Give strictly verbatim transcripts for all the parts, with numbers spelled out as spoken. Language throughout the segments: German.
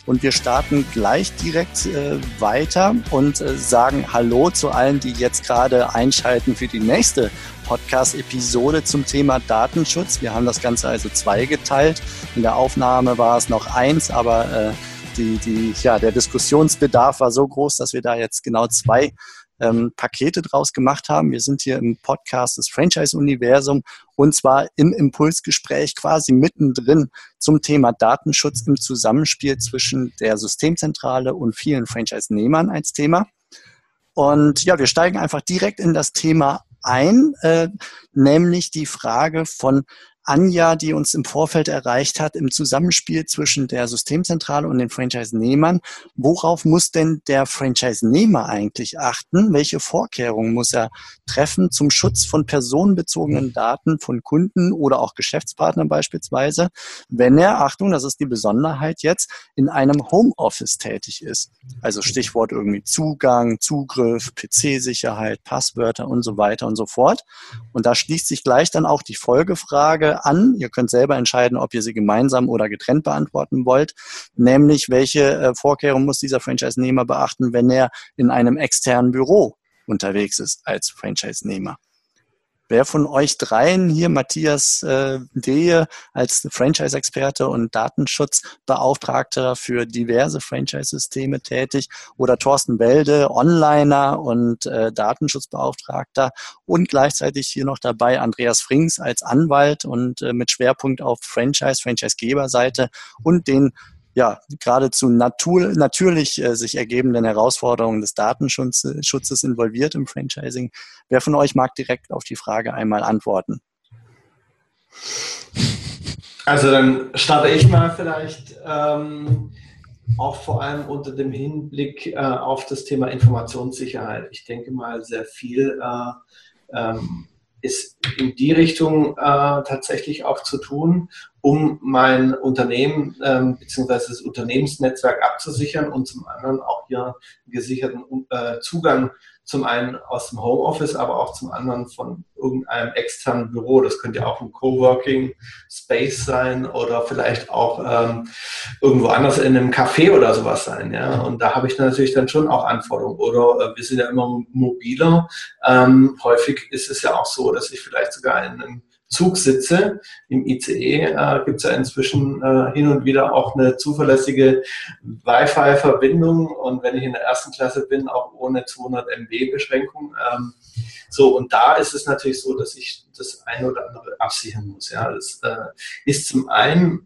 Und wir starten gleich direkt äh, weiter und äh, sagen Hallo zu allen, die jetzt gerade einschalten für die nächste Podcast-Episode zum Thema Datenschutz. Wir haben das Ganze also zweigeteilt. In der Aufnahme war es noch eins, aber äh, die, die, ja, der Diskussionsbedarf war so groß, dass wir da jetzt genau zwei ähm, Pakete draus gemacht haben. Wir sind hier im Podcast des Franchise-Universum und zwar im Impulsgespräch quasi mittendrin zum Thema Datenschutz im Zusammenspiel zwischen der Systemzentrale und vielen Franchise-Nehmern als Thema. Und ja, wir steigen einfach direkt in das Thema ein, äh, nämlich die Frage von Anja, die uns im Vorfeld erreicht hat, im Zusammenspiel zwischen der Systemzentrale und den Franchise-Nehmern. Worauf muss denn der Franchise-Nehmer eigentlich achten? Welche Vorkehrungen muss er treffen zum Schutz von personenbezogenen Daten von Kunden oder auch Geschäftspartnern beispielsweise, wenn er, Achtung, das ist die Besonderheit jetzt, in einem Homeoffice tätig ist? Also Stichwort irgendwie Zugang, Zugriff, P C-Sicherheit, Passwörter und so weiter und so fort. Und da schließt sich gleich dann auch die Folgefrage an. Ihr könnt selber entscheiden, ob ihr sie gemeinsam oder getrennt beantworten wollt. Nämlich, welche äh, Vorkehrungen muss dieser Franchise-Nehmer beachten, wenn er in einem externen Büro unterwegs ist als Franchise-Nehmer? Wer von euch dreien hier, Matthias äh, Dehe als Franchise-Experte und Datenschutzbeauftragter für diverse Franchise-Systeme tätig oder Thorsten Welde, Onliner und äh, Datenschutzbeauftragter und gleichzeitig hier noch dabei Andreas Frings als Anwalt und äh, mit Schwerpunkt auf Franchise, Franchise-Geberseite und den ja, geradezu natur, natürlich äh, sich ergebenden Herausforderungen des Datenschutzes involviert im Franchising. Wer von euch mag direkt auf die Frage einmal antworten? Also dann starte ich mal vielleicht ähm, auch vor allem unter dem Hinblick äh, auf das Thema Informationssicherheit. Ich denke mal, sehr viel äh, ähm, ist in die Richtung äh, tatsächlich auch zu tun, um mein Unternehmen ähm, bzw. das Unternehmensnetzwerk abzusichern und zum anderen auch hier einen gesicherten äh, Zugang zum einen aus dem Homeoffice, aber auch zum anderen von irgendeinem externen Büro. Das könnte ja auch ein Coworking Space sein oder vielleicht auch ähm, irgendwo anders in einem Café oder sowas sein. Ja? Und da habe ich natürlich dann schon auch Anforderungen. Oder äh, wir sind ja immer mobiler. Ähm, häufig ist es ja auch so, dass ich vielleicht sogar in einem Zug sitze. Im I C E äh, gibt es ja inzwischen äh, hin und wieder auch eine zuverlässige Wi-Fi-Verbindung und wenn ich in der ersten Klasse bin, auch ohne zweihundert Megabyte Beschränkung. Ähm, so, und da ist es natürlich so, dass ich das eine oder andere absichern muss. Ja, das äh, ist zum einen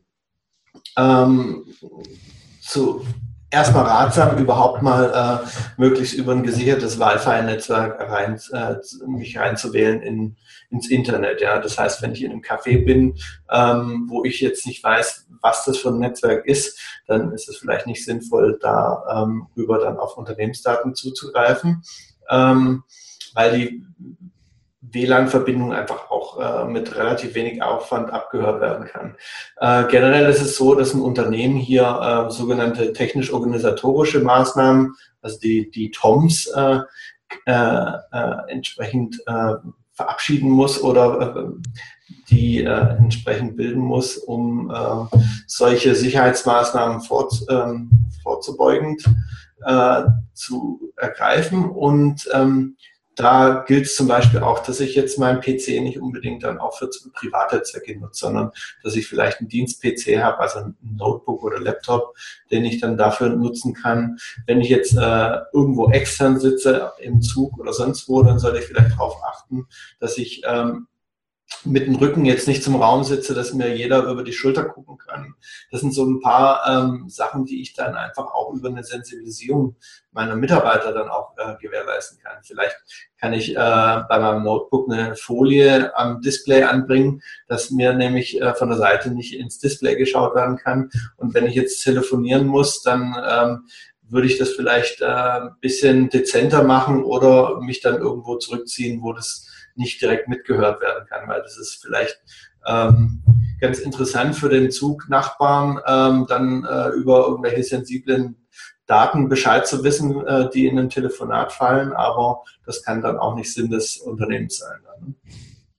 ähm, zu erstmal ratsam, überhaupt mal äh, möglichst über ein gesichertes Wi-Fi-Netzwerk rein, äh, mich reinzuwählen in, ins Internet. Ja, das heißt, wenn ich in einem Café bin, ähm, wo ich jetzt nicht weiß, was das für ein Netzwerk ist, dann ist es vielleicht nicht sinnvoll, da ähm, rüber dann auf Unternehmensdaten zuzugreifen, ähm, weil die W L A N-Verbindung einfach auch äh, mit relativ wenig Aufwand abgehört werden kann. Äh, generell ist es so, dass ein Unternehmen hier äh, sogenannte technisch-organisatorische Maßnahmen, also die, die T O Ms, äh, äh, äh, entsprechend äh, verabschieden muss oder äh, die äh, entsprechend bilden muss, um äh, solche Sicherheitsmaßnahmen fort, ähm, vorzubeugend äh, zu ergreifen. Und ähm, da gilt es zum Beispiel auch, dass ich jetzt meinen P C nicht unbedingt dann auch für private Zwecke nutze, sondern dass ich vielleicht einen Dienst-P C habe, also ein Notebook oder Laptop, den ich dann dafür nutzen kann. Wenn ich jetzt äh, irgendwo extern sitze, im Zug oder sonst wo, dann sollte ich vielleicht darauf achten, dass ich ähm, mit dem Rücken jetzt nicht zum Raum sitze, dass mir jeder über die Schulter gucken kann. Das sind so ein paar ähm, Sachen, die ich dann einfach auch über eine Sensibilisierung meiner Mitarbeiter dann auch äh, gewährleisten kann. Vielleicht kann ich äh, bei meinem Notebook eine Folie am Display anbringen, dass mir nämlich äh, von der Seite nicht ins Display geschaut werden kann. Und wenn ich jetzt telefonieren muss, dann ähm, würde ich das vielleicht äh, ein bisschen dezenter machen oder mich dann irgendwo zurückziehen, wo das nicht direkt mitgehört werden kann, weil das ist vielleicht ähm, ganz interessant für den Zugnachbarn, ähm, dann äh, über irgendwelche sensiblen Daten Bescheid zu wissen, äh, die in einem Telefonat fallen, aber das kann dann auch nicht Sinn des Unternehmens sein. Ne?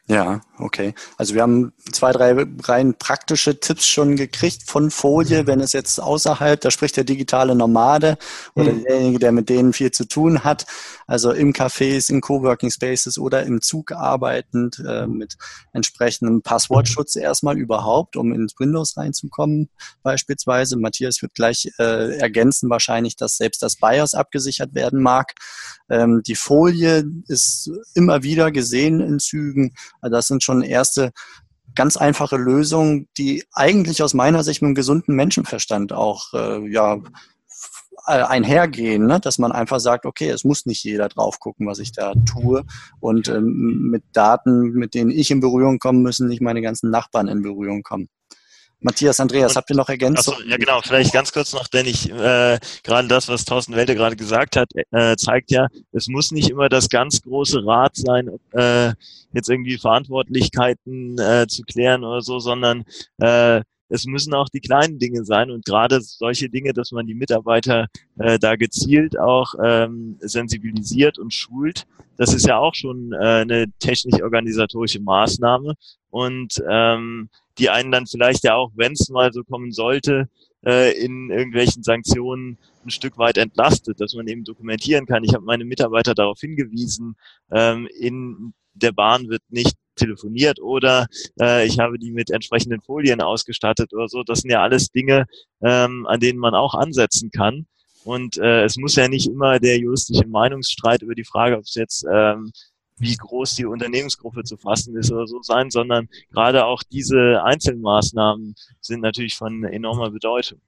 Ja, okay. Also wir haben zwei, drei rein praktische Tipps schon gekriegt von Folie, wenn es jetzt außerhalb, da spricht der digitale Nomade oder Hm. derjenige, der mit denen viel zu tun hat, also im Cafés, in Coworking Spaces oder im Zug arbeitend, äh, mit entsprechendem Passwortschutz erstmal überhaupt, um ins Windows reinzukommen beispielsweise. Matthias wird gleich äh, ergänzen wahrscheinlich, dass selbst das BIOS abgesichert werden mag. Ähm, die Folie ist immer wieder gesehen in Zügen. Also das sind schon erste ganz einfache Lösungen, die eigentlich aus meiner Sicht mit einem gesunden Menschenverstand auch äh, ja, einhergehen, ne? Dass man einfach sagt, okay, es muss nicht jeder drauf gucken, was ich da tue. Und ähm, mit Daten, mit denen ich in Berührung komme, müssen nicht meine ganzen Nachbarn in Berührung kommen. Matthias, Andreas, Und, habt ihr noch achso, Ergänzungen? ja genau, vielleicht ganz kurz noch, denn ich, äh, gerade das, was Thorsten Welte gerade gesagt hat, äh, zeigt ja, es muss nicht immer das ganz große Rad sein, äh, jetzt irgendwie Verantwortlichkeiten äh, zu klären oder so, sondern äh, es müssen auch die kleinen Dinge sein und gerade solche Dinge, dass man die Mitarbeiter äh, da gezielt auch ähm, sensibilisiert und schult, das ist ja auch schon äh, eine technisch-organisatorische Maßnahme und ähm, die einen dann vielleicht ja auch, wenn es mal so kommen sollte, äh, in irgendwelchen Sanktionen ein Stück weit entlastet, dass man eben dokumentieren kann. Ich habe meine Mitarbeiter darauf hingewiesen, ähm, in der Bahn wird nicht telefoniert oder äh, ich habe die mit entsprechenden Folien ausgestattet oder so. Das sind ja alles Dinge, ähm, an denen man auch ansetzen kann. Und äh, es muss ja nicht immer der juristische Meinungsstreit über die Frage, ob es jetzt ähm, wie groß die Unternehmensgruppe zu fassen ist oder so sein, sondern gerade auch diese Einzelmaßnahmen sind natürlich von enormer Bedeutung.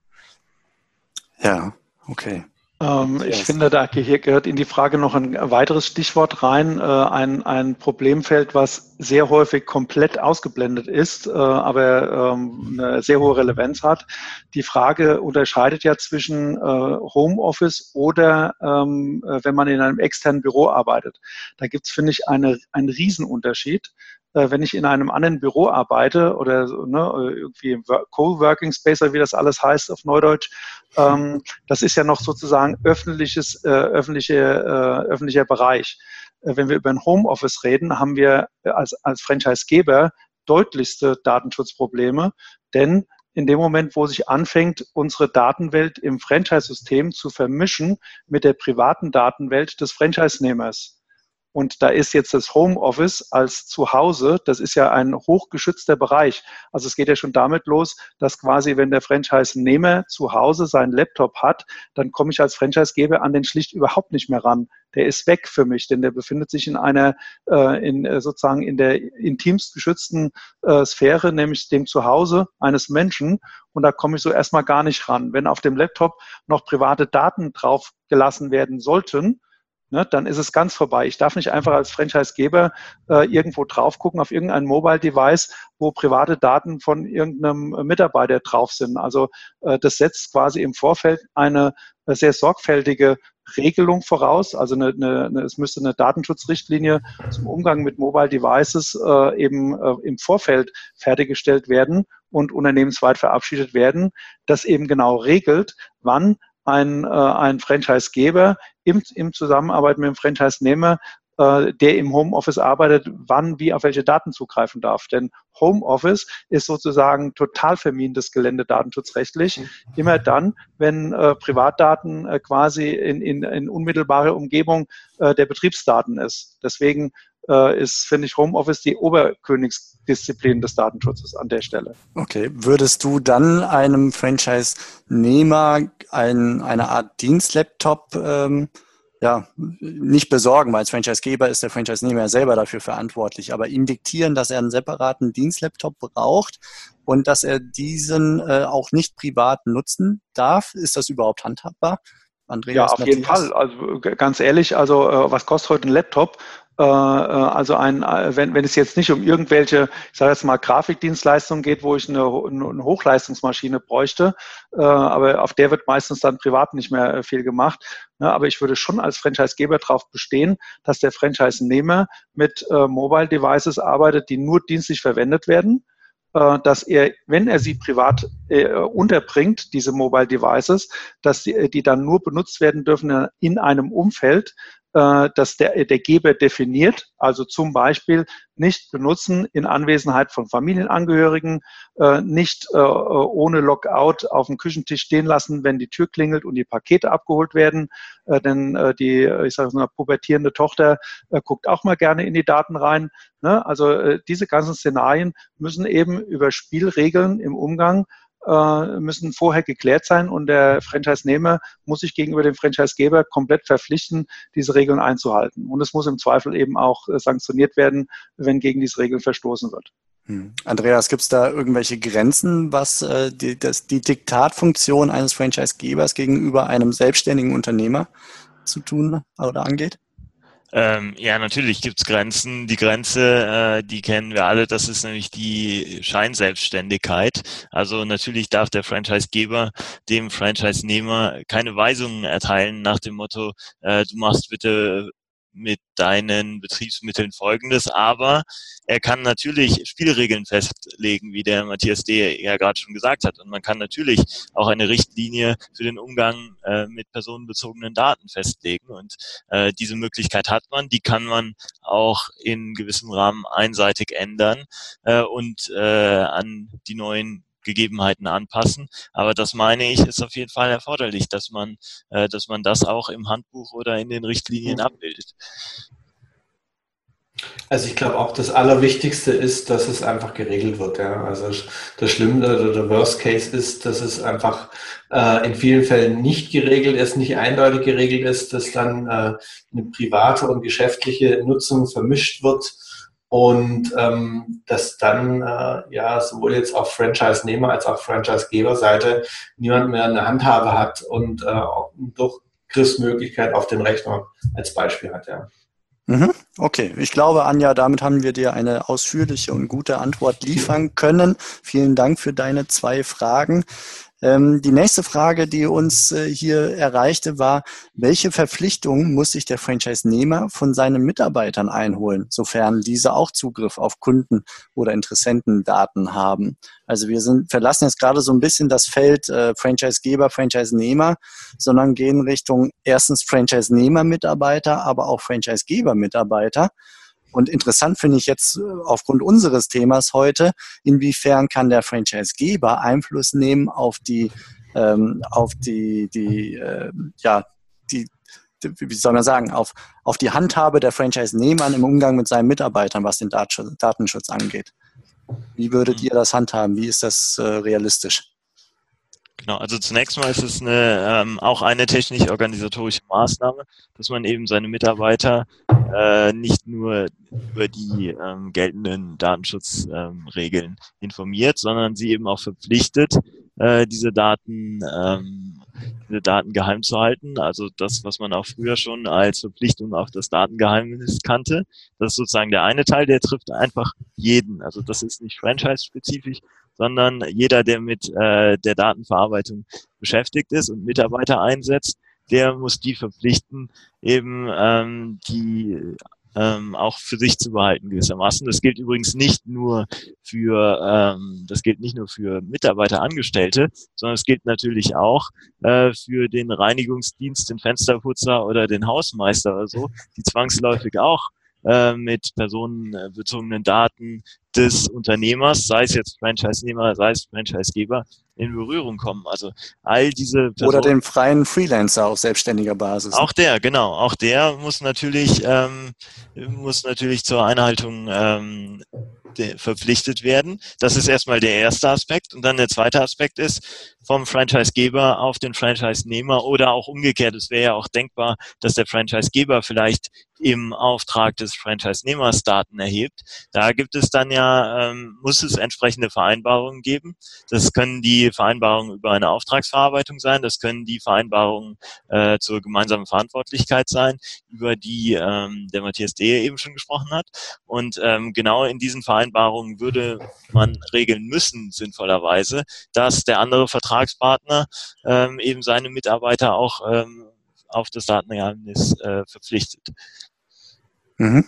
Ja, okay. Ähm, ich finde, da hier gehört in die Frage noch ein weiteres Stichwort rein, äh, ein, ein Problemfeld, was sehr häufig komplett ausgeblendet ist, äh, aber ähm, eine sehr hohe Relevanz hat. Die Frage unterscheidet ja zwischen äh, Homeoffice oder ähm, wenn man in einem externen Büro arbeitet. Da gibt es, finde ich, eine, einen Riesenunterschied. Wenn ich in einem anderen Büro arbeite oder ne, irgendwie Coworking Space, wie das alles heißt auf Neudeutsch, ähm, das ist ja noch sozusagen öffentliches, äh, öffentliche, äh, öffentlicher Bereich. Äh, wenn wir über ein Homeoffice reden, haben wir als, als Franchisegeber deutlichste Datenschutzprobleme, denn in dem Moment, wo sich anfängt, unsere Datenwelt im Franchise-System zu vermischen mit der privaten Datenwelt des Franchise-Nehmers. Und da ist jetzt das Homeoffice als Zuhause, das ist ja ein hochgeschützter Bereich. Also es geht ja schon damit los, dass quasi, wenn der Franchise-Nehmer zu Hause seinen Laptop hat, dann komme ich als Franchisegeber an den schlicht überhaupt nicht mehr ran. Der ist weg für mich, denn der befindet sich in einer, äh, in, äh, sozusagen in der intimst geschützten äh, Sphäre, nämlich dem Zuhause eines Menschen. Und da komme ich so erstmal gar nicht ran. Wenn auf dem Laptop noch private Daten drauf gelassen werden sollten, ne, dann ist es ganz vorbei. Ich darf nicht einfach als Franchisegeber äh, irgendwo drauf gucken, auf irgendein Mobile-Device, wo private Daten von irgendeinem Mitarbeiter drauf sind. Also äh, das setzt quasi im Vorfeld eine äh, sehr sorgfältige Regelung voraus. Also eine, eine, eine, es müsste eine Datenschutzrichtlinie zum Umgang mit Mobile Devices äh, eben äh, im Vorfeld fertiggestellt werden und unternehmensweit verabschiedet werden, das eben genau regelt, wann ein, äh, ein Franchisegeber im, im Zusammenarbeit mit dem Franchise-Nehmer, äh, der im Homeoffice arbeitet, wann wie auf welche Daten zugreifen darf. Denn Homeoffice ist sozusagen total verminendes Gelände datenschutzrechtlich. Immer dann, wenn äh, Privatdaten äh, quasi in, in, in unmittelbarer Umgebung äh, der Betriebsdaten ist. Deswegen äh, ist, finde ich, Homeoffice die Oberkönigsdisziplin des Datenschutzes an der Stelle. Okay, würdest du dann einem Franchise-Nehmer ein, eine Art Dienstlaptop ähm, ja, nicht besorgen, weil als Franchisegeber ist der Franchise-Nehmer ja selber dafür verantwortlich, aber ihm diktieren, dass er einen separaten Dienstlaptop braucht und dass er diesen äh, auch nicht privat nutzen darf? Ist das überhaupt handhabbar? Andreas, ja, auf Matthias? jeden Fall. Also ganz ehrlich, also äh, was kostet heute ein Laptop? Äh, also ein, wenn, wenn es jetzt nicht um irgendwelche, ich sage jetzt mal, Grafikdienstleistungen geht, wo ich eine, eine Hochleistungsmaschine bräuchte, äh, aber auf der wird meistens dann privat nicht mehr viel gemacht. Ne? Aber ich würde schon als Franchisegeber darauf bestehen, dass der Franchise-Nehmer mit äh, Mobile Devices arbeitet, die nur dienstlich verwendet werden, dass er, wenn er sie privat äh, unterbringt, diese Mobile Devices, dass die, die dann nur benutzt werden dürfen in einem Umfeld, äh, dass der, der Geber definiert, also zum Beispiel nicht benutzen in Anwesenheit von Familienangehörigen, äh, nicht äh, ohne Lockout auf dem Küchentisch stehen lassen, wenn die Tür klingelt und die Pakete abgeholt werden, äh, denn äh, die, ich sage mal, pubertierende Tochter äh, guckt auch mal gerne in die Daten rein. Ne? Also äh, diese ganzen Szenarien müssen eben über Spielregeln im Umgang müssen vorher geklärt sein und der Franchise-Nehmer muss sich gegenüber dem Franchise-Geber komplett verpflichten, diese Regeln einzuhalten. Und es muss im Zweifel eben auch sanktioniert werden, wenn gegen diese Regeln verstoßen wird. Hm. Andreas, gibt es da irgendwelche Grenzen, was äh, die, das, die Diktatfunktion eines Franchise-Gebers gegenüber einem selbstständigen Unternehmer zu tun oder angeht? Ähm, ja, natürlich gibt's Grenzen. Die Grenze, äh, die kennen wir alle, das ist nämlich die Scheinselbstständigkeit. Also natürlich darf der Franchisegeber dem Franchise-Nehmer keine Weisungen erteilen nach dem Motto, äh, du machst bitte mit deinen Betriebsmitteln Folgendes, aber er kann natürlich Spielregeln festlegen, wie der Matthias D. ja gerade schon gesagt hat. Und man kann natürlich auch eine Richtlinie für den Umgang äh, mit personenbezogenen Daten festlegen. Und äh, diese Möglichkeit hat man, die kann man auch in gewissem Rahmen einseitig ändern äh, und äh, an die neuen Gegebenheiten anpassen. Aber das meine ich, ist auf jeden Fall erforderlich, dass man, äh, dass man das auch im Handbuch oder in den Richtlinien abbildet. Also ich glaube auch, das Allerwichtigste ist, dass es einfach geregelt wird. Ja. Also das Schlimme oder der Worst Case ist, dass es einfach äh, in vielen Fällen nicht geregelt ist, nicht eindeutig geregelt ist, dass dann äh, eine private und geschäftliche Nutzung vermischt wird. Und ähm, dass dann äh, ja sowohl jetzt auf Franchise-Nehmer als auch Franchise-Geber-Seite niemand mehr eine Handhabe hat und äh, auch eine Durchgriffsmöglichkeit auf den Rechner als Beispiel hat. Ja. Mhm. Okay, ich glaube, Anja, damit haben wir dir eine ausführliche und gute Antwort liefern können. Vielen Dank für deine zwei Fragen. Ähm, die nächste Frage, die uns äh, hier erreichte, war, welche Verpflichtungen muss sich der Franchise-Nehmer von seinen Mitarbeitern einholen, sofern diese auch Zugriff auf Kunden- oder Interessentendaten haben? Also wir sind, verlassen jetzt gerade so ein bisschen das Feld äh, Franchise-Geber, Franchise-Nehmer, sondern gehen Richtung erstens Franchise-Nehmer-Mitarbeiter, aber auch Franchise-Geber-Mitarbeiter. Und interessant finde ich jetzt aufgrund unseres Themas heute, inwiefern kann der Franchise-Geber Einfluss nehmen auf die, ähm, auf die, die, äh, ja, die, die, wie soll man sagen, auf, auf die Handhabe der Franchise-Nehmern im Umgang mit seinen Mitarbeitern, was den Datenschutz, Datenschutz angeht. Wie würdet ihr das handhaben? Wie ist das äh, realistisch? Genau, also zunächst mal ist es eine, ähm, auch eine technisch-organisatorische Maßnahme, dass man eben seine Mitarbeiter äh, nicht nur über die ähm, geltenden Datenschutzregeln ähm, informiert, sondern sie eben auch verpflichtet, äh, diese Daten, ähm, diese Daten geheim zu halten. Also das, was man auch früher schon als Verpflichtung auf das Datengeheimnis kannte. Das ist sozusagen der eine Teil, der trifft einfach jeden. Also das ist nicht franchise-spezifisch, sondern jeder, der mit äh, der Datenverarbeitung beschäftigt ist und Mitarbeiter einsetzt, der muss die verpflichten, eben ähm, die ähm, auch für sich zu behalten gewissermaßen. Das gilt übrigens nicht nur für ähm, das gilt nicht nur für Mitarbeiter, Angestellte, sondern es gilt natürlich auch äh, für den Reinigungsdienst, den Fensterputzer oder den Hausmeister oder so, die zwangsläufig auch äh, mit personenbezogenen Daten des Unternehmers, sei es jetzt Franchise-Nehmer, sei es Franchise-Geber, in Berührung kommen. Also all diese Personen, oder den freien Freelancer auf selbstständiger Basis. Auch der, genau, auch der muss natürlich ähm, muss natürlich zur Einhaltung ähm, de, verpflichtet werden. Das ist erstmal der erste Aspekt. Und dann der zweite Aspekt ist, vom Franchise-Geber auf den Franchise-Nehmer oder auch umgekehrt. Es wäre ja auch denkbar, dass der Franchise-Geber vielleicht im Auftrag des Franchise-Nehmers Daten erhebt. Da gibt es dann ja, ähm, muss es entsprechende Vereinbarungen geben. Das können die Vereinbarungen über eine Auftragsverarbeitung sein, das können die Vereinbarungen äh, zur gemeinsamen Verantwortlichkeit sein, über die ähm, der Matthias D. eben schon gesprochen hat. Und ähm, genau in diesen Vereinbarungen würde man regeln müssen, sinnvollerweise, dass der andere Vertragspartner ähm, eben seine Mitarbeiter auch ähm, auf das Datengeheimnis äh, verpflichtet. Mhm.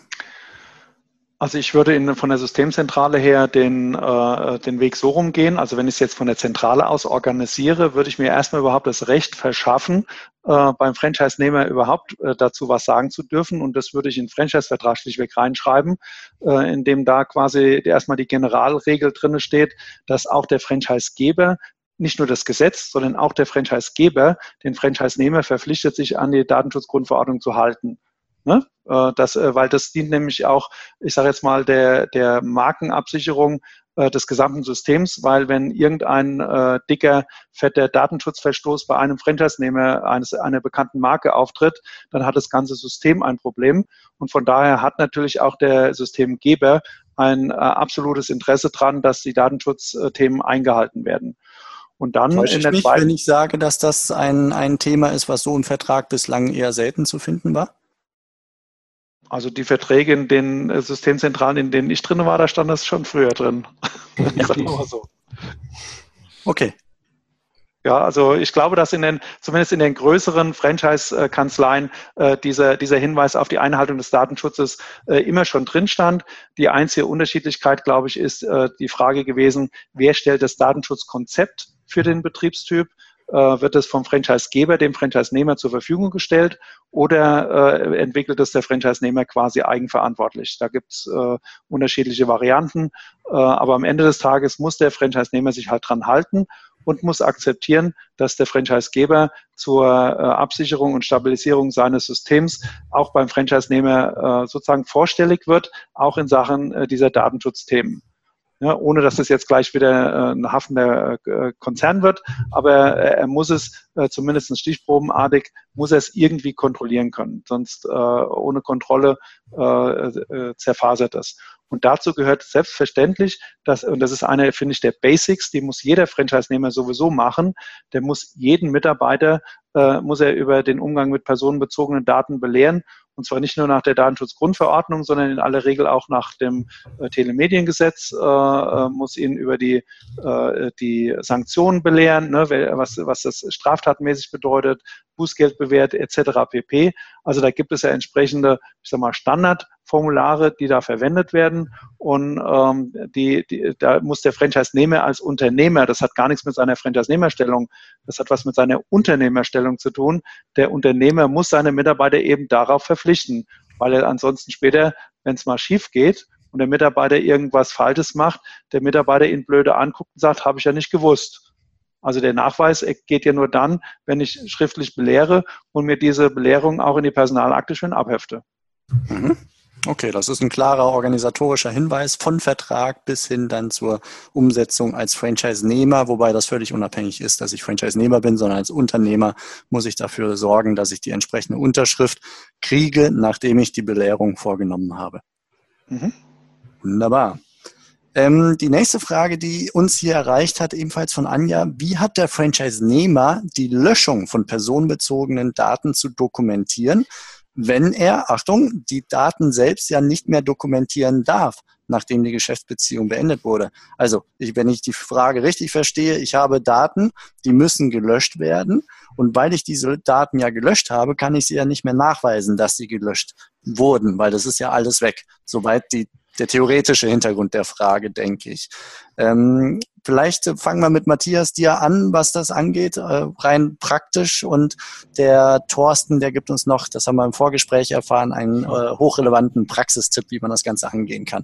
Also ich würde in, von der Systemzentrale her den, äh, den Weg so rumgehen. Also wenn ich es jetzt von der Zentrale aus organisiere, würde ich mir erstmal überhaupt das Recht verschaffen, äh, beim Franchise-Nehmer überhaupt äh, dazu was sagen zu dürfen. Und das würde ich in den Franchise-Vertrag schlichtweg reinschreiben, äh, in dem da quasi erstmal die Generalregel drin steht, dass auch der Franchise-Geber, nicht nur das Gesetz, sondern auch der Franchise-Geber, den Franchise-Nehmer verpflichtet, sich an die Datenschutzgrundverordnung zu halten. Ne? Das, weil das dient nämlich auch, ich sage jetzt mal, der, der Markenabsicherung äh, des gesamten Systems, weil wenn irgendein äh, dicker, fetter Datenschutzverstoß bei einem Franchise-Nehmer eines, einer bekannten Marke auftritt, dann hat das ganze System ein Problem. Und von daher hat natürlich auch der Systemgeber ein äh, absolutes Interesse daran, dass die Datenschutzthemen eingehalten werden. Und dann Täusche in ich der mich, zweiten, wenn ich sage, dass das ein, ein Thema ist, was so im Vertrag bislang eher selten zu finden war? also die Verträge in den Systemzentralen, in denen ich drin war, da stand das schon früher drin. Sagen wir mal so. Okay. Ja, also ich glaube, dass in den, zumindest in den größeren Franchise-Kanzleien äh, dieser, dieser Hinweis auf die Einhaltung des Datenschutzes äh, immer schon drin stand. Die einzige Unterschiedlichkeit, glaube ich, ist äh, die Frage gewesen, wer stellt das Datenschutzkonzept für den Betriebstyp? Äh, wird es vom Franchisegeber dem Franchise-Nehmer zur Verfügung gestellt oder äh, entwickelt es der Franchise-Nehmer quasi eigenverantwortlich? Da gibt es äh, unterschiedliche Varianten, äh, aber am Ende des Tages muss der Franchise-Nehmer sich halt dran halten und muss akzeptieren, dass der Franchisegeber zur äh, Absicherung und Stabilisierung seines Systems auch beim Franchise-Nehmer äh, sozusagen vorstellig wird, auch in Sachen äh, dieser Datenschutzthemen. Ja, ohne dass es jetzt gleich wieder äh, ein haftender äh, Konzern wird, aber äh, er muss es äh, zumindest stichprobenartig, muss er es irgendwie kontrollieren können. Sonst äh, ohne Kontrolle äh, äh, zerfasert das. Und dazu gehört selbstverständlich, dass, und das ist eine, finde ich, der Basics, die muss jeder Franchise-Nehmer sowieso machen, der muss jeden Mitarbeiter, äh, muss er über den Umgang mit personenbezogenen Daten belehren. Und zwar nicht nur nach der Datenschutzgrundverordnung, sondern in aller Regel auch nach dem äh, Telemediengesetz, äh, muss ihn über die, äh, die Sanktionen belehren, ne, was, was das straftatmäßig bedeutet, Bußgeld bewährt et cetera pp. Also da gibt es ja entsprechende, ich sag mal, Standardformulare, die da verwendet werden. Und ähm, die, die, da muss der Franchise-Nehmer als Unternehmer, das hat gar nichts mit seiner Franchise-Nehmerstellung, das hat was mit seiner Unternehmerstellung zu tun. Der Unternehmer muss seine Mitarbeiter eben darauf verpflichten, weil er ansonsten später, wenn es mal schief geht und der Mitarbeiter irgendwas Falsches macht, der Mitarbeiter ihn blöde anguckt und sagt, habe ich ja nicht gewusst. Also der Nachweis geht ja nur dann, wenn ich schriftlich belehre und mir diese Belehrung auch in die Personalakte schön abhefte. Mhm. Okay, das ist ein klarer organisatorischer Hinweis von Vertrag bis hin dann zur Umsetzung als Franchise-Nehmer, wobei das völlig unabhängig ist, dass ich Franchise-Nehmer bin, sondern als Unternehmer muss ich dafür sorgen, dass ich die entsprechende Unterschrift kriege, nachdem ich die Belehrung vorgenommen habe. Mhm. Wunderbar. Ähm, die nächste Frage, die uns hier erreicht hat, ebenfalls von Anja. Wie hat der Franchise-Nehmer die Löschung von personenbezogenen Daten zu dokumentieren, wenn er, Achtung, die Daten selbst ja nicht mehr dokumentieren darf, nachdem die Geschäftsbeziehung beendet wurde? Also, ich, wenn ich die Frage richtig verstehe, ich habe Daten, die müssen gelöscht werden. Und weil ich diese Daten ja gelöscht habe, kann ich sie ja nicht mehr nachweisen, dass sie gelöscht wurden, weil das ist ja alles weg, soweit die der theoretische Hintergrund der Frage, denke ich. Ähm, vielleicht fangen wir mit Matthias dir an, was das angeht, äh, rein praktisch. Und der Thorsten, der gibt uns noch, das haben wir im Vorgespräch erfahren, einen äh, hochrelevanten Praxistipp, wie man das Ganze angehen kann.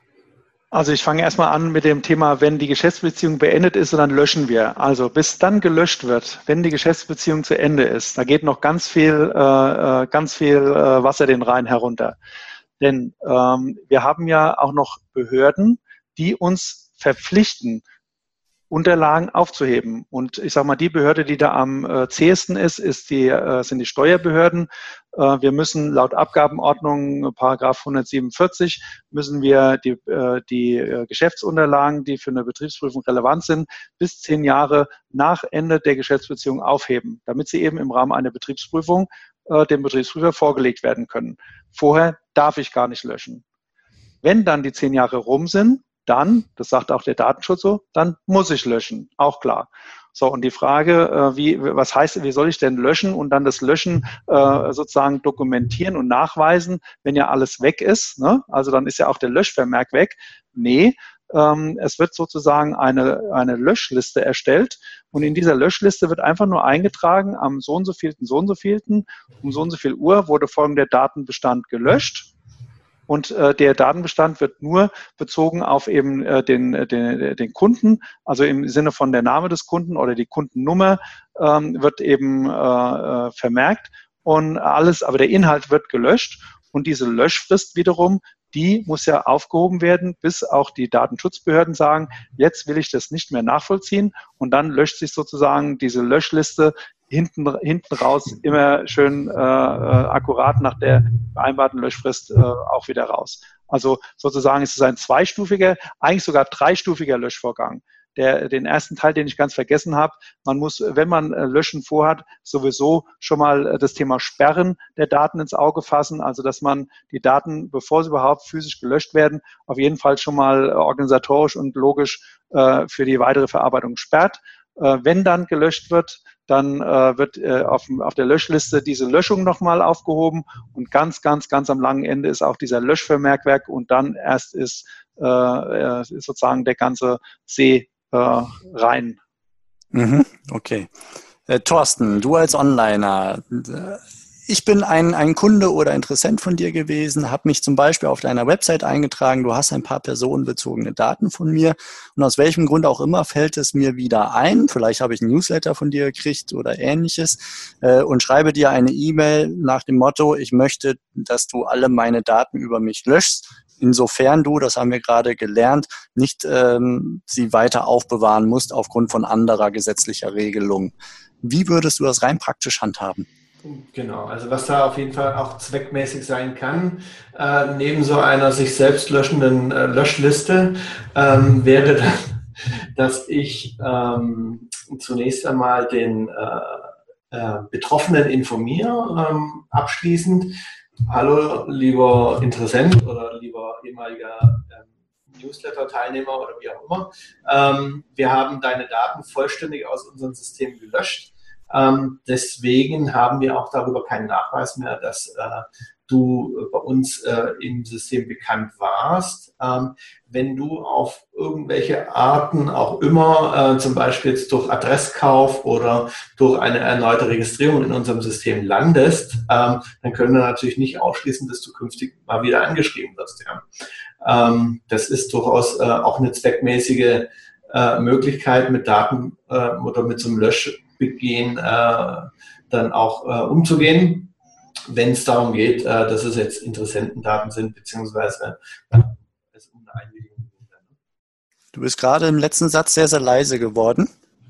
Also ich fange erstmal an mit dem Thema, wenn die Geschäftsbeziehung beendet ist, dann löschen wir. Also bis dann gelöscht wird, wenn die Geschäftsbeziehung zu Ende ist, da geht noch ganz viel, äh, ganz viel äh, Wasser den Rhein herunter. Denn ähm, wir haben ja auch noch Behörden, die uns verpflichten, Unterlagen aufzuheben. Und ich sage mal, die Behörde, die da am äh, zähesten ist, ist die, äh, sind die Steuerbehörden. Äh, wir müssen laut Abgabenordnung, Paragraph hundertsiebenundvierzig, müssen wir die, äh, die äh, Geschäftsunterlagen, die für eine Betriebsprüfung relevant sind, bis zehn Jahre nach Ende der Geschäftsbeziehung aufheben, damit sie eben im Rahmen einer Betriebsprüfung äh, dem Betriebsprüfer vorgelegt werden können. Vorher darf ich gar nicht löschen. Wenn dann die zehn Jahre rum sind, dann, das sagt auch der Datenschutz so, dann muss ich löschen, auch klar. So, und die Frage, wie, was heißt, wie soll ich denn löschen und dann das Löschen äh, sozusagen dokumentieren und nachweisen, wenn ja alles weg ist, ne? Also dann ist ja auch der Löschvermerk weg. Nee, ähm, es wird sozusagen eine, eine Löschliste erstellt und in dieser Löschliste wird einfach nur eingetragen, am so und so vielten, so und so vielten, um so und so viel Uhr wurde folgender Datenbestand gelöscht. Und äh, der Datenbestand wird nur bezogen auf eben äh, den, den, den Kunden, also im Sinne von der Name des Kunden oder die Kundennummer ähm, wird eben äh, vermerkt und alles, aber der Inhalt wird gelöscht und diese Löschfrist wiederum, die muss ja aufgehoben werden, bis auch die Datenschutzbehörden sagen, jetzt will ich das nicht mehr nachvollziehen und dann löscht sich sozusagen diese Löschliste hinten, hinten raus immer schön äh, akkurat nach der vereinbarten Löschfrist äh, auch wieder raus. Also sozusagen ist es ein zweistufiger, eigentlich sogar dreistufiger Löschvorgang. Der, den ersten Teil, den ich ganz vergessen habe, man muss, wenn man äh, Löschen vorhat, sowieso schon mal äh, das Thema Sperren der Daten ins Auge fassen, also dass man die Daten, bevor sie überhaupt physisch gelöscht werden, auf jeden Fall schon mal äh, organisatorisch und logisch äh, für die weitere Verarbeitung sperrt. Äh, wenn dann gelöscht wird, dann äh, wird äh, auf, auf der Löschliste diese Löschung nochmal aufgehoben und ganz, ganz, ganz am langen Ende ist auch dieser Löschvermerkwerk und dann erst ist, äh, ist sozusagen der ganze See äh, rein. Mhm, okay. Äh, Thorsten, du als Onliner, äh, ich bin ein, ein Kunde oder Interessent von dir gewesen, habe mich zum Beispiel auf deiner Website eingetragen, du hast ein paar personenbezogene Daten von mir und aus welchem Grund auch immer fällt es mir wieder ein, vielleicht habe ich ein Newsletter von dir gekriegt oder ähnliches äh, und schreibe dir eine E-Mail nach dem Motto, ich möchte, dass du alle meine Daten über mich löschst, insofern du, das haben wir gerade gelernt, nicht ähm, sie weiter aufbewahren musst aufgrund von anderer gesetzlicher Regelung. Wie würdest du das rein praktisch handhaben? Genau, also was da auf jeden Fall auch zweckmäßig sein kann, äh, neben so einer sich selbst löschenden äh, Löschliste, ähm, wäre dann, dass ich ähm, zunächst einmal den äh, äh, Betroffenen informiere, ähm, abschließend. Hallo, lieber Interessent oder lieber ehemaliger ähm, Newsletter-Teilnehmer oder wie auch immer. Ähm, wir haben deine Daten vollständig aus unserem System gelöscht. Ähm, deswegen haben wir auch darüber keinen Nachweis mehr, dass äh, du bei uns äh, im System bekannt warst. Ähm, wenn du auf irgendwelche Arten auch immer, äh, zum Beispiel jetzt durch Adresskauf oder durch eine erneute Registrierung in unserem System landest, ähm, dann können wir natürlich nicht ausschließen, dass du künftig mal wieder angeschrieben wirst. Ja. Ähm, das ist durchaus äh, auch eine zweckmäßige äh, Möglichkeit, mit Daten äh, oder mit so einem Löschbegehen äh, dann auch äh, umzugehen, wenn es darum geht, äh, dass es jetzt Interessentendaten sind, beziehungsweise äh, es um eine Einwilligung geht. Du bist gerade im letzten Satz sehr, sehr leise geworden.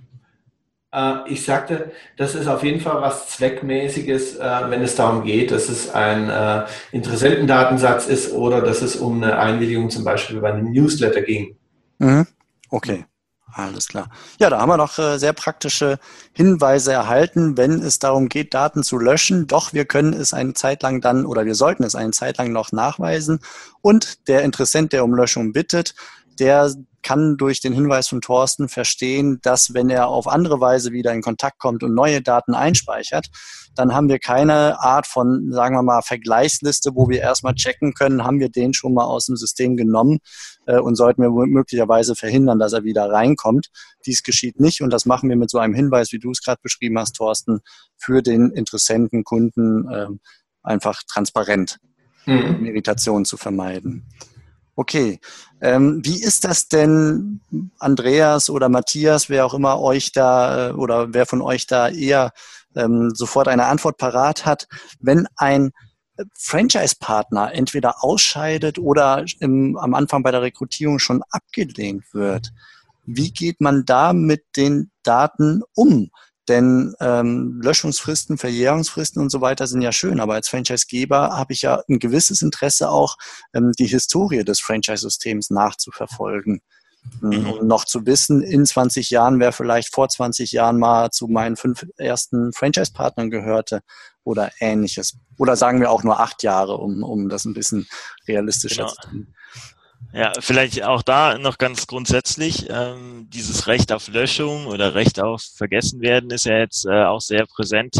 Äh, ich sagte, das ist auf jeden Fall was Zweckmäßiges, äh, wenn es darum geht, dass es ein äh, Interessentendatensatz ist oder dass es um eine Einwilligung zum Beispiel bei einem Newsletter ging. Mhm. Okay. Alles klar. Ja, da haben wir noch äh, sehr praktische Hinweise erhalten, wenn es darum geht, Daten zu löschen. Doch wir können es eine Zeit lang dann oder wir sollten es eine Zeit lang noch nachweisen. Und der Interessent, der um Löschung bittet, der kann durch den Hinweis von Thorsten verstehen, dass wenn er auf andere Weise wieder in Kontakt kommt und neue Daten einspeichert, dann haben wir keine Art von, sagen wir mal, Vergleichsliste, wo wir erstmal checken können, haben wir den schon mal aus dem System genommen äh, und sollten wir möglicherweise verhindern, dass er wieder reinkommt. Dies geschieht nicht und das machen wir mit so einem Hinweis, wie du es gerade beschrieben hast, Thorsten, für den Interessenten, Kunden äh, einfach transparent, mhm. um Irritationen zu vermeiden. Okay, ähm, wie ist das denn, Andreas oder Matthias, wer auch immer euch da äh, oder wer von euch da eher ähm, sofort eine Antwort parat hat, wenn ein Franchise-Partner entweder ausscheidet oder im, am Anfang bei der Rekrutierung schon abgelehnt wird? Wie geht man da mit den Daten um? Denn ähm, Löschungsfristen, Verjährungsfristen und so weiter sind ja schön, aber als Franchisegeber habe ich ja ein gewisses Interesse auch, ähm, die Historie des Franchise-Systems nachzuverfolgen. Mhm. Um noch zu wissen, in zwanzig Jahren, wer vielleicht vor zwanzig Jahren mal zu meinen fünf ersten Franchise-Partnern gehörte oder ähnliches. Oder sagen wir auch nur acht Jahre, um, um das ein bisschen realistischer genau. zu tun. Ja, vielleicht auch da noch ganz grundsätzlich, ähm, dieses Recht auf Löschung oder Recht auf Vergessenwerden ist ja jetzt äh, auch sehr präsent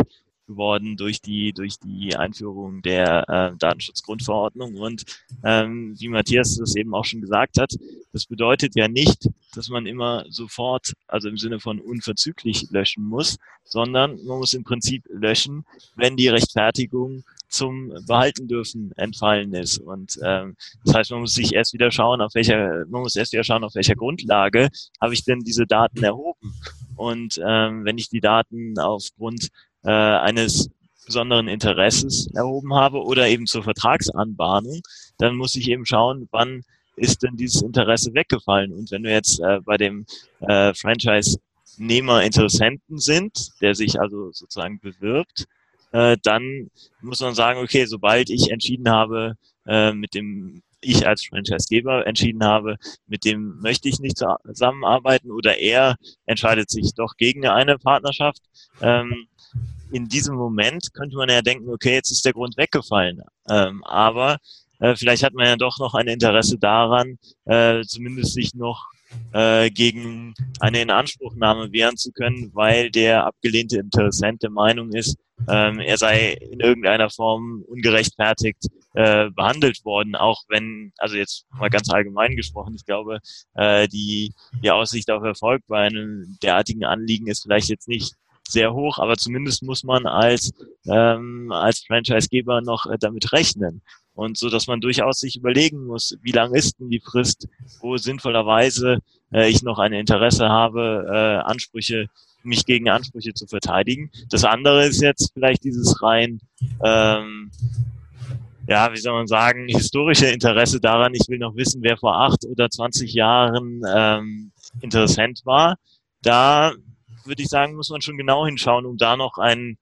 geworden durch die durch die Einführung der äh, Datenschutzgrundverordnung. Und ähm, wie Matthias das eben auch schon gesagt hat, das bedeutet ja nicht, dass man immer sofort, also im Sinne von unverzüglich löschen muss, sondern man muss im Prinzip löschen, wenn die Rechtfertigung zum Behalten dürfen entfallen ist. Und ähm, das heißt, man muss sich erst wieder schauen, auf welcher, man muss erst wieder schauen, auf welcher Grundlage habe ich denn diese Daten erhoben. Und ähm, wenn ich die Daten aufgrund äh, eines besonderen Interesses erhoben habe oder eben zur Vertragsanbahnung, dann muss ich eben schauen, wann ist denn dieses Interesse weggefallen. Und wenn wir jetzt äh, bei dem äh, Franchise-Nehmer Interessenten sind, der sich also sozusagen bewirbt, äh, dann muss man sagen, okay, sobald ich entschieden habe, äh, mit dem ich als Franchisegeber entschieden habe, mit dem möchte ich nicht zusammenarbeiten oder er entscheidet sich doch gegen eine Partnerschaft, ähm, in diesem Moment könnte man ja denken, okay, jetzt ist der Grund weggefallen. Ähm, aber äh, vielleicht hat man ja doch noch ein Interesse daran, äh, zumindest sich noch äh, gegen eine Inanspruchnahme wehren zu können, weil der abgelehnte Interessent der Meinung ist, ähm, er sei in irgendeiner Form ungerechtfertigt äh, behandelt worden, auch wenn, also jetzt mal ganz allgemein gesprochen, ich glaube, äh, die, die Aussicht auf Erfolg bei einem derartigen Anliegen ist vielleicht jetzt nicht sehr hoch, aber zumindest muss man als ähm, als Franchisegeber noch äh, damit rechnen. Und so, dass man durchaus sich überlegen muss, wie lang ist denn die Frist, wo sinnvollerweise äh, ich noch ein Interesse habe, äh, Ansprüche, mich gegen Ansprüche zu verteidigen. Das andere ist jetzt vielleicht dieses rein, ähm, ja, wie soll man sagen, historische Interesse daran. Ich will noch wissen, wer vor acht oder zwanzig Jahren ähm, Interessent war. Da würde ich sagen, muss man schon genau hinschauen, um da noch ein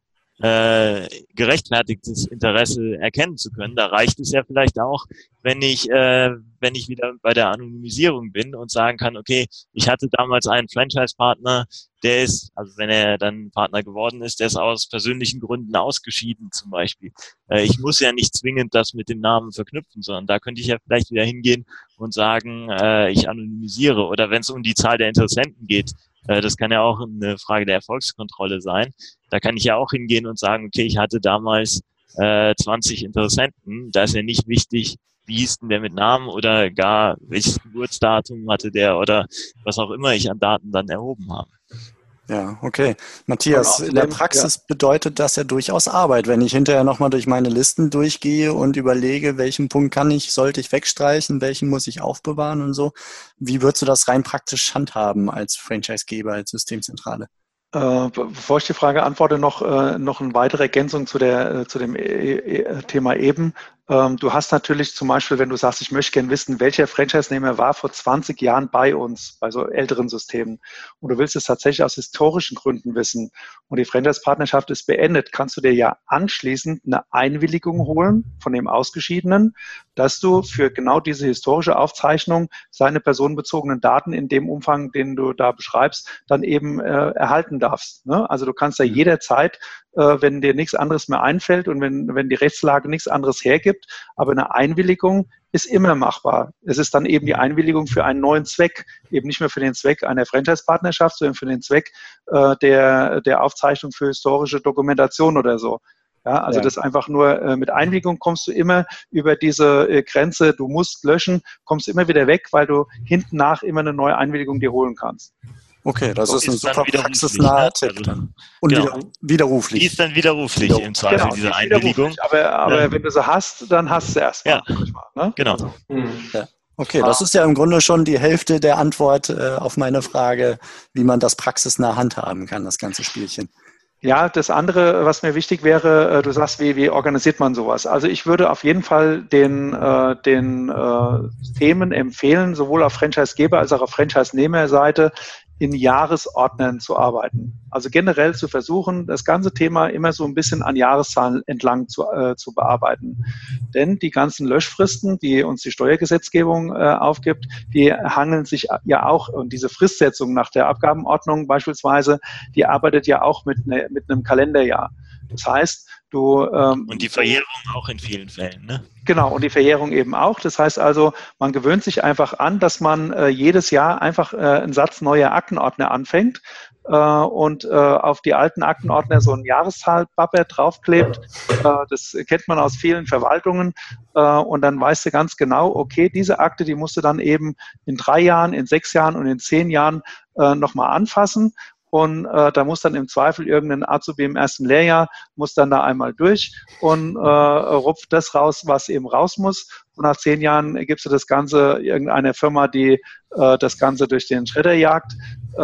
äh, gerechtfertigtes Interesse erkennen zu können. Da reicht es ja vielleicht auch, wenn ich, äh, wenn ich wieder bei der Anonymisierung bin und sagen kann, okay, ich hatte damals einen Franchise-Partner, der ist, also wenn er dann Partner geworden ist, der ist aus persönlichen Gründen ausgeschieden zum Beispiel. Äh, ich muss ja nicht zwingend das mit dem Namen verknüpfen, sondern da könnte ich ja vielleicht wieder hingehen und sagen, äh, ich anonymisiere. Oder wenn es um die Zahl der Interessenten geht, äh, das kann ja auch eine Frage der Erfolgskontrolle sein. Da kann ich ja auch hingehen und sagen, okay, ich hatte damals äh, zwanzig Interessenten. Da ist ja nicht wichtig, wie hieß denn der mit Namen oder gar welches Geburtsdatum hatte der oder was auch immer ich an Daten dann erhoben habe. Ja, okay. Matthias, in der Praxis ja. bedeutet das ja durchaus Arbeit, wenn ich hinterher nochmal durch meine Listen durchgehe und überlege, welchen Punkt kann ich, sollte ich wegstreichen, welchen muss ich aufbewahren und so. Wie würdest du das rein praktisch handhaben als Franchisegeber, als Systemzentrale? Äh, bevor ich die Frage antworte, noch, äh, noch eine weitere Ergänzung zu, der, äh, zu dem e- e- Thema eben. Ähm, du hast natürlich zum Beispiel, wenn du sagst, ich möchte gerne wissen, welcher Franchise-Nehmer war vor zwanzig Jahren bei uns, bei so älteren Systemen, und du willst es tatsächlich aus historischen Gründen wissen und die Franchise-Partnerschaft ist beendet, kannst du dir ja anschließend eine Einwilligung holen von dem Ausgeschiedenen, dass du für genau diese historische Aufzeichnung seine personenbezogenen Daten in dem Umfang, den du da beschreibst, dann eben äh, erhalten darfst. Ne? Also du kannst da jederzeit, äh, wenn dir nichts anderes mehr einfällt und wenn, wenn die Rechtslage nichts anderes hergibt, aber eine Einwilligung ist immer machbar. Es ist dann eben die Einwilligung für einen neuen Zweck, eben nicht mehr für den Zweck einer Franchise-Partnerschaft, sondern für den Zweck äh, der, der Aufzeichnung für historische Dokumentation oder so. Ja, also ja. das einfach nur äh, mit Einwilligung kommst du immer über diese äh, Grenze, du musst löschen, kommst du immer wieder weg, weil du hinten nach immer eine neue Einwilligung dir holen kannst. Okay, das so, ist ein ist super praxisnaher Tipp. Also, und genau. wieder, widerruflich. Die ist dann widerruflich Widerruf. im Zweifel, genau, diese Einwilligung. Aber, aber ja. wenn du sie hast, dann hast du sie erstmal. Ja, ne? Genau. Also, ja. Okay, das ist ja im Grunde schon die Hälfte der Antwort äh, auf meine Frage, wie man das praxisnah handhaben kann, das ganze Spielchen. Ja, das andere, was mir wichtig wäre, du sagst, wie, wie organisiert man sowas? Also ich würde auf jeden Fall den, äh, den äh, Themen empfehlen, sowohl auf Franchisegeber als auch auf Franchise-Nehmerseite in Jahresordnern zu arbeiten. Also generell zu versuchen, das ganze Thema immer so ein bisschen an Jahreszahlen entlang zu, äh, zu bearbeiten. Denn die ganzen Löschfristen, die uns die Steuergesetzgebung äh, aufgibt, die hangeln sich ja auch, und diese Fristsetzung nach der Abgabenordnung beispielsweise, die arbeitet ja auch mit, ne, mit einem Kalenderjahr. Das heißt, du... Ähm, und die Verjährung auch in vielen Fällen, ne? Genau, und die Verjährung eben auch. Das heißt also, man gewöhnt sich einfach an, dass man äh, jedes Jahr einfach äh, einen Satz neuer Aktenordner anfängt. äh, und äh, auf die alten Aktenordner so ein Jahreszahl-Bapper draufklebt. Äh, das kennt man aus vielen Verwaltungen. Äh, und dann weißt du ganz genau, okay, diese Akte, die musst du dann eben in drei Jahren, in sechs Jahren und in zehn Jahren äh, nochmal anfassen. Und äh, da muss dann im Zweifel irgendein Azubi im ersten Lehrjahr, muss dann da einmal durch und äh, rupft das raus, was eben raus muss. Und nach zehn Jahren gibst du das Ganze irgendeiner Firma, die äh, das Ganze durch den Schredder jagt. Äh,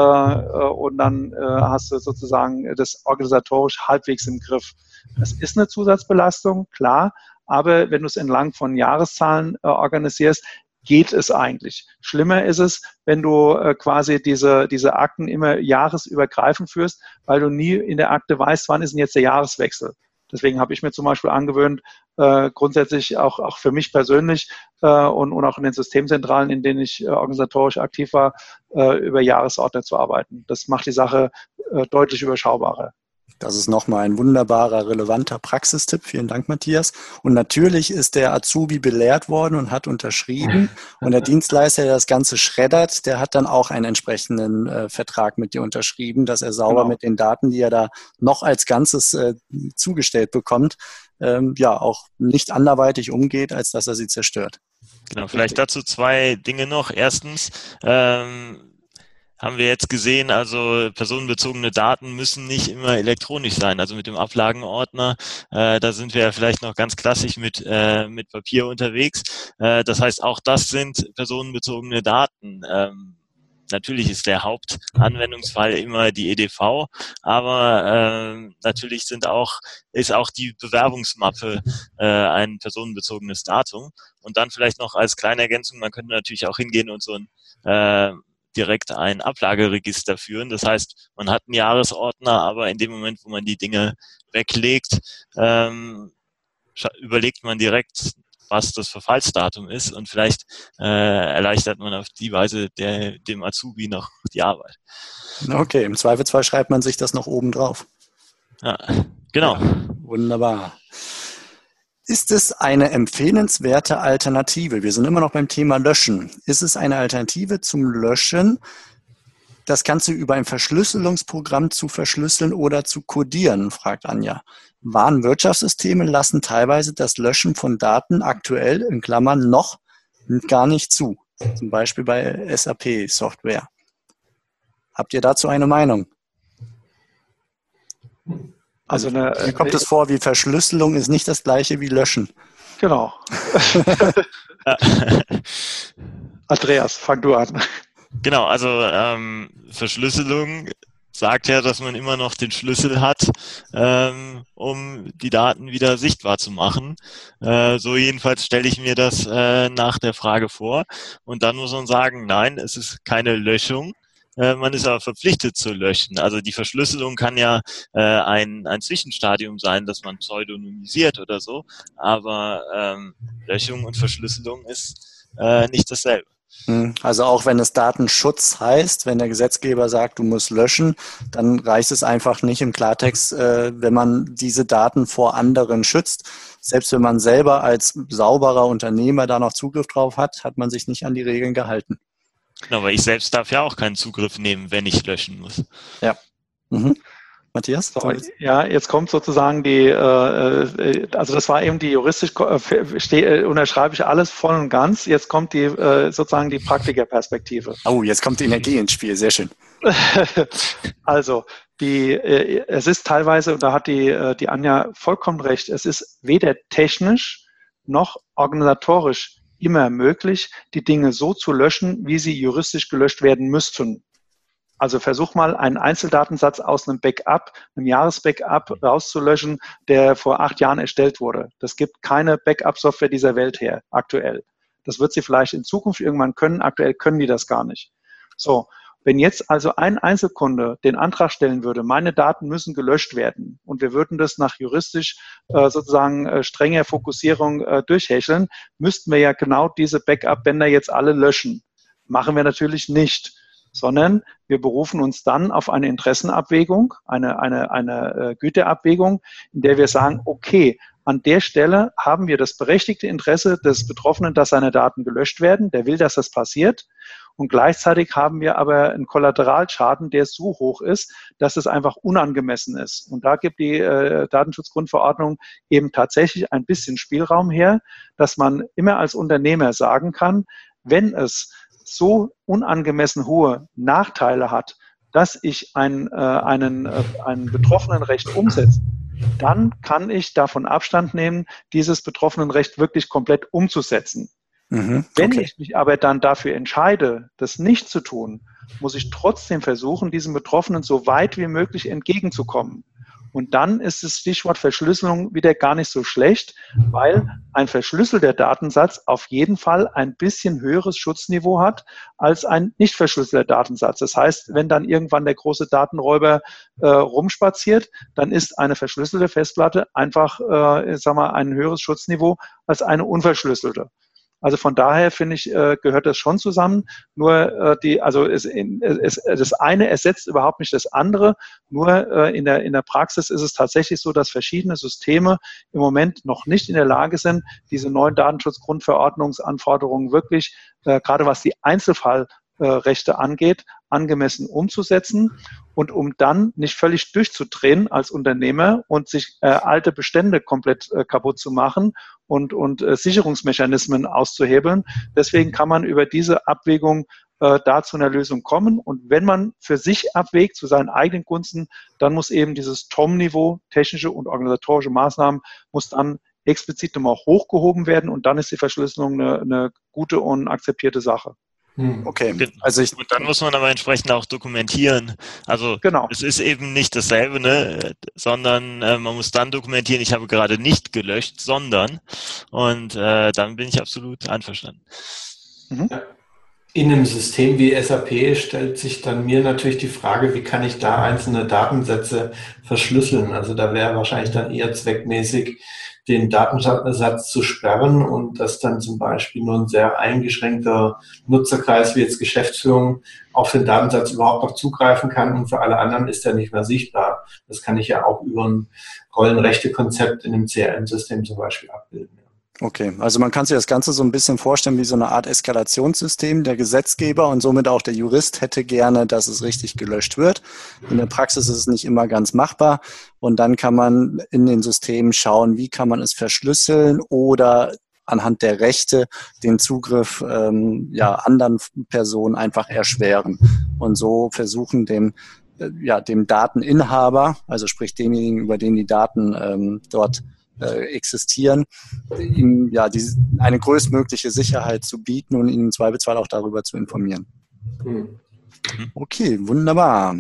und dann äh, hast du sozusagen das organisatorisch halbwegs im Griff. Das ist eine Zusatzbelastung, klar. Aber wenn du es entlang von Jahreszahlen äh, organisierst, geht es eigentlich. Schlimmer ist es, wenn du äh, quasi diese, diese Akten immer jahresübergreifend führst, weil du nie in der Akte weißt, wann ist denn jetzt der Jahreswechsel. Deswegen habe ich mir zum Beispiel angewöhnt, äh, grundsätzlich auch, auch für mich persönlich äh, und, und auch in den Systemzentralen, in denen ich äh, organisatorisch aktiv war, äh, über Jahresordner zu arbeiten. Das macht die Sache äh, deutlich überschaubarer. Das ist nochmal ein wunderbarer, relevanter Praxistipp. Vielen Dank, Matthias. Und natürlich ist der Azubi belehrt worden und hat unterschrieben. Und der Dienstleister, der das Ganze schreddert, der hat dann auch einen entsprechenden äh, Vertrag mit dir unterschrieben, dass er sauber genau mit den Daten, die er da noch als Ganzes äh, zugestellt bekommt, ähm, ja auch nicht anderweitig umgeht, als dass er sie zerstört. Genau, vielleicht dazu zwei Dinge noch. Erstens, ähm, haben wir jetzt gesehen, also personenbezogene Daten müssen nicht immer elektronisch sein. Also mit dem Ablagenordner, äh, da sind wir ja vielleicht noch ganz klassisch mit äh, mit Papier unterwegs. Äh, das heißt, auch das sind personenbezogene Daten. Ähm, natürlich ist der Hauptanwendungsfall immer die E D V, aber äh, natürlich sind auch ist auch die Bewerbungsmappe äh, ein personenbezogenes Datum. Und dann vielleicht noch als kleine Ergänzung, man könnte natürlich auch hingehen und so ein äh, direkt ein Ablageregister führen. Das heißt, man hat einen Jahresordner, aber in dem Moment, wo man die Dinge weglegt, ähm, überlegt man direkt, was das Verfallsdatum ist und vielleicht äh, erleichtert man auf die Weise der, dem Azubi noch die Arbeit. Okay, im Zweifelsfall schreibt man sich das noch oben drauf. Ja, genau. Ja, wunderbar. Ist es eine empfehlenswerte Alternative? Wir sind immer noch beim Thema Löschen. Ist es eine Alternative zum Löschen, das Ganze über ein Verschlüsselungsprogramm zu verschlüsseln oder zu codieren, fragt Anja. Warenwirtschaftssysteme lassen teilweise das Löschen von Daten aktuell in Klammern noch gar nicht zu. Zum Beispiel bei S A P-Software. Habt ihr dazu eine Meinung? Also eine, mir kommt es vor, wie Verschlüsselung ist nicht das gleiche wie Löschen. Genau. Andreas, fang du an. Genau, also ähm, Verschlüsselung sagt ja, dass man immer noch den Schlüssel hat, ähm, um die Daten wieder sichtbar zu machen. Äh, so jedenfalls stelle ich mir das äh, nach der Frage vor. Und dann muss man sagen, nein, es ist keine Löschung. Man ist aber verpflichtet zu löschen. Also die Verschlüsselung kann ja äh, ein, ein Zwischenstadium sein, dass man pseudonymisiert oder so. Aber ähm, Löschung und Verschlüsselung ist äh, nicht dasselbe. Also auch wenn es Datenschutz heißt, wenn der Gesetzgeber sagt, du musst löschen, dann reicht es einfach nicht im Klartext, äh, wenn man diese Daten vor anderen schützt. Selbst wenn man selber als sauberer Unternehmer da noch Zugriff drauf hat, hat man sich nicht an die Regeln gehalten. Genau, weil ich selbst darf ja auch keinen Zugriff nehmen, wenn ich löschen muss. Ja. Mhm. Matthias? So, ja, jetzt kommt sozusagen die, äh, also das war eben die juristisch, äh, steh, unterschreibe ich alles voll und ganz. Jetzt kommt die äh, sozusagen die Praktikerperspektive. Oh, jetzt kommt die Energie ins Spiel, sehr schön. Also, die, äh, es ist teilweise, und da hat die, äh, die Anja vollkommen recht, es ist weder technisch noch organisatorisch immer möglich, die Dinge so zu löschen, wie sie juristisch gelöscht werden müssten. Also versuch mal, einen Einzeldatensatz aus einem Backup, einem Jahresbackup rauszulöschen, der vor acht Jahren erstellt wurde. Das gibt keine Backup-Software dieser Welt her, aktuell. Das wird sie vielleicht in Zukunft irgendwann können, aktuell können die das gar nicht. So, wenn jetzt also ein Einzelkunde den Antrag stellen würde, meine Daten müssen gelöscht werden und wir würden das nach juristisch äh, sozusagen äh, strenger Fokussierung äh, durchhecheln, müssten wir ja genau diese Backup-Bänder jetzt alle löschen. Machen wir natürlich nicht, sondern wir berufen uns dann auf eine Interessenabwägung, eine, eine, eine äh, Güteabwägung, in der wir sagen, okay, an der Stelle haben wir das berechtigte Interesse des Betroffenen, dass seine Daten gelöscht werden. Der will, dass das passiert. Und gleichzeitig haben wir aber einen Kollateralschaden, der so hoch ist, dass es einfach unangemessen ist. Und da gibt die äh, Datenschutzgrundverordnung eben tatsächlich ein bisschen Spielraum her, dass man immer als Unternehmer sagen kann, wenn es so unangemessen hohe Nachteile hat, dass ich ein, äh, einen, äh, einen Betroffenenrecht umsetze, dann kann ich davon Abstand nehmen, dieses Betroffenenrecht wirklich komplett umzusetzen. Mhm, okay. Wenn ich mich aber dann dafür entscheide, das nicht zu tun, muss ich trotzdem versuchen, diesem Betroffenen so weit wie möglich entgegenzukommen. Und dann ist das Stichwort Verschlüsselung wieder gar nicht so schlecht, weil ein verschlüsselter Datensatz auf jeden Fall ein bisschen höheres Schutzniveau hat als ein nicht verschlüsselter Datensatz. Das heißt, wenn dann irgendwann der große Datenräuber äh, rumspaziert, dann ist eine verschlüsselte Festplatte einfach, äh, ich sag mal, ein höheres Schutzniveau als eine unverschlüsselte. Also von daher finde ich, äh, gehört das schon zusammen. Nur äh, die, also es, es, das eine ersetzt überhaupt nicht das andere. Nur äh, in der in der Praxis ist es tatsächlich so, dass verschiedene Systeme im Moment noch nicht in der Lage sind, diese neuen Datenschutzgrundverordnungsanforderungen wirklich, äh, gerade was die Einzelfallrechte angeht, angemessen umzusetzen. Und um dann nicht völlig durchzudrehen als Unternehmer und sich äh, alte Bestände komplett äh, kaputt zu machen und, und äh, Sicherungsmechanismen auszuhebeln. Deswegen kann man über diese Abwägung äh, da zu einer Lösung kommen. Und wenn man für sich abwägt, zu seinen eigenen Gunsten, dann muss eben dieses T O M-Niveau, technische und organisatorische Maßnahmen, muss dann explizit nochmal hochgehoben werden. Und dann ist die Verschlüsselung eine, eine gute und akzeptierte Sache. Okay, also ich, und dann muss man aber entsprechend auch dokumentieren. Also genau. Es ist eben nicht dasselbe, ne? Sondern äh, man muss dann dokumentieren, ich habe gerade nicht gelöscht, sondern und äh, dann bin ich absolut einverstanden. Mhm. In einem System wie S A P stellt sich dann mir natürlich die Frage, wie kann ich da einzelne Datensätze verschlüsseln? Also da wäre wahrscheinlich dann eher zweckmäßig, den Datensatz zu sperren und dass dann zum Beispiel nur ein sehr eingeschränkter Nutzerkreis wie jetzt Geschäftsführung auf den Datensatz überhaupt noch zugreifen kann und für alle anderen ist er nicht mehr sichtbar. Das kann ich ja auch über ein Rollenrechtekonzept in einem C R M-System zum Beispiel abbilden. Okay, also man kann sich das Ganze so ein bisschen vorstellen wie so eine Art Eskalationssystem. Der Gesetzgeber und somit auch der Jurist hätte gerne, dass es richtig gelöscht wird. In der Praxis ist es nicht immer ganz machbar. Und dann kann man in den Systemen schauen, wie kann man es verschlüsseln oder anhand der Rechte den Zugriff ähm, ja, anderen Personen einfach erschweren. Und so versuchen dem ja, dem Dateninhaber, also sprich demjenigen, über den die Daten ähm, dort äh, existieren, ihm ja die, eine größtmögliche Sicherheit zu bieten und ihn im Zweifelsfall auch darüber zu informieren. Mhm. Okay, wunderbar.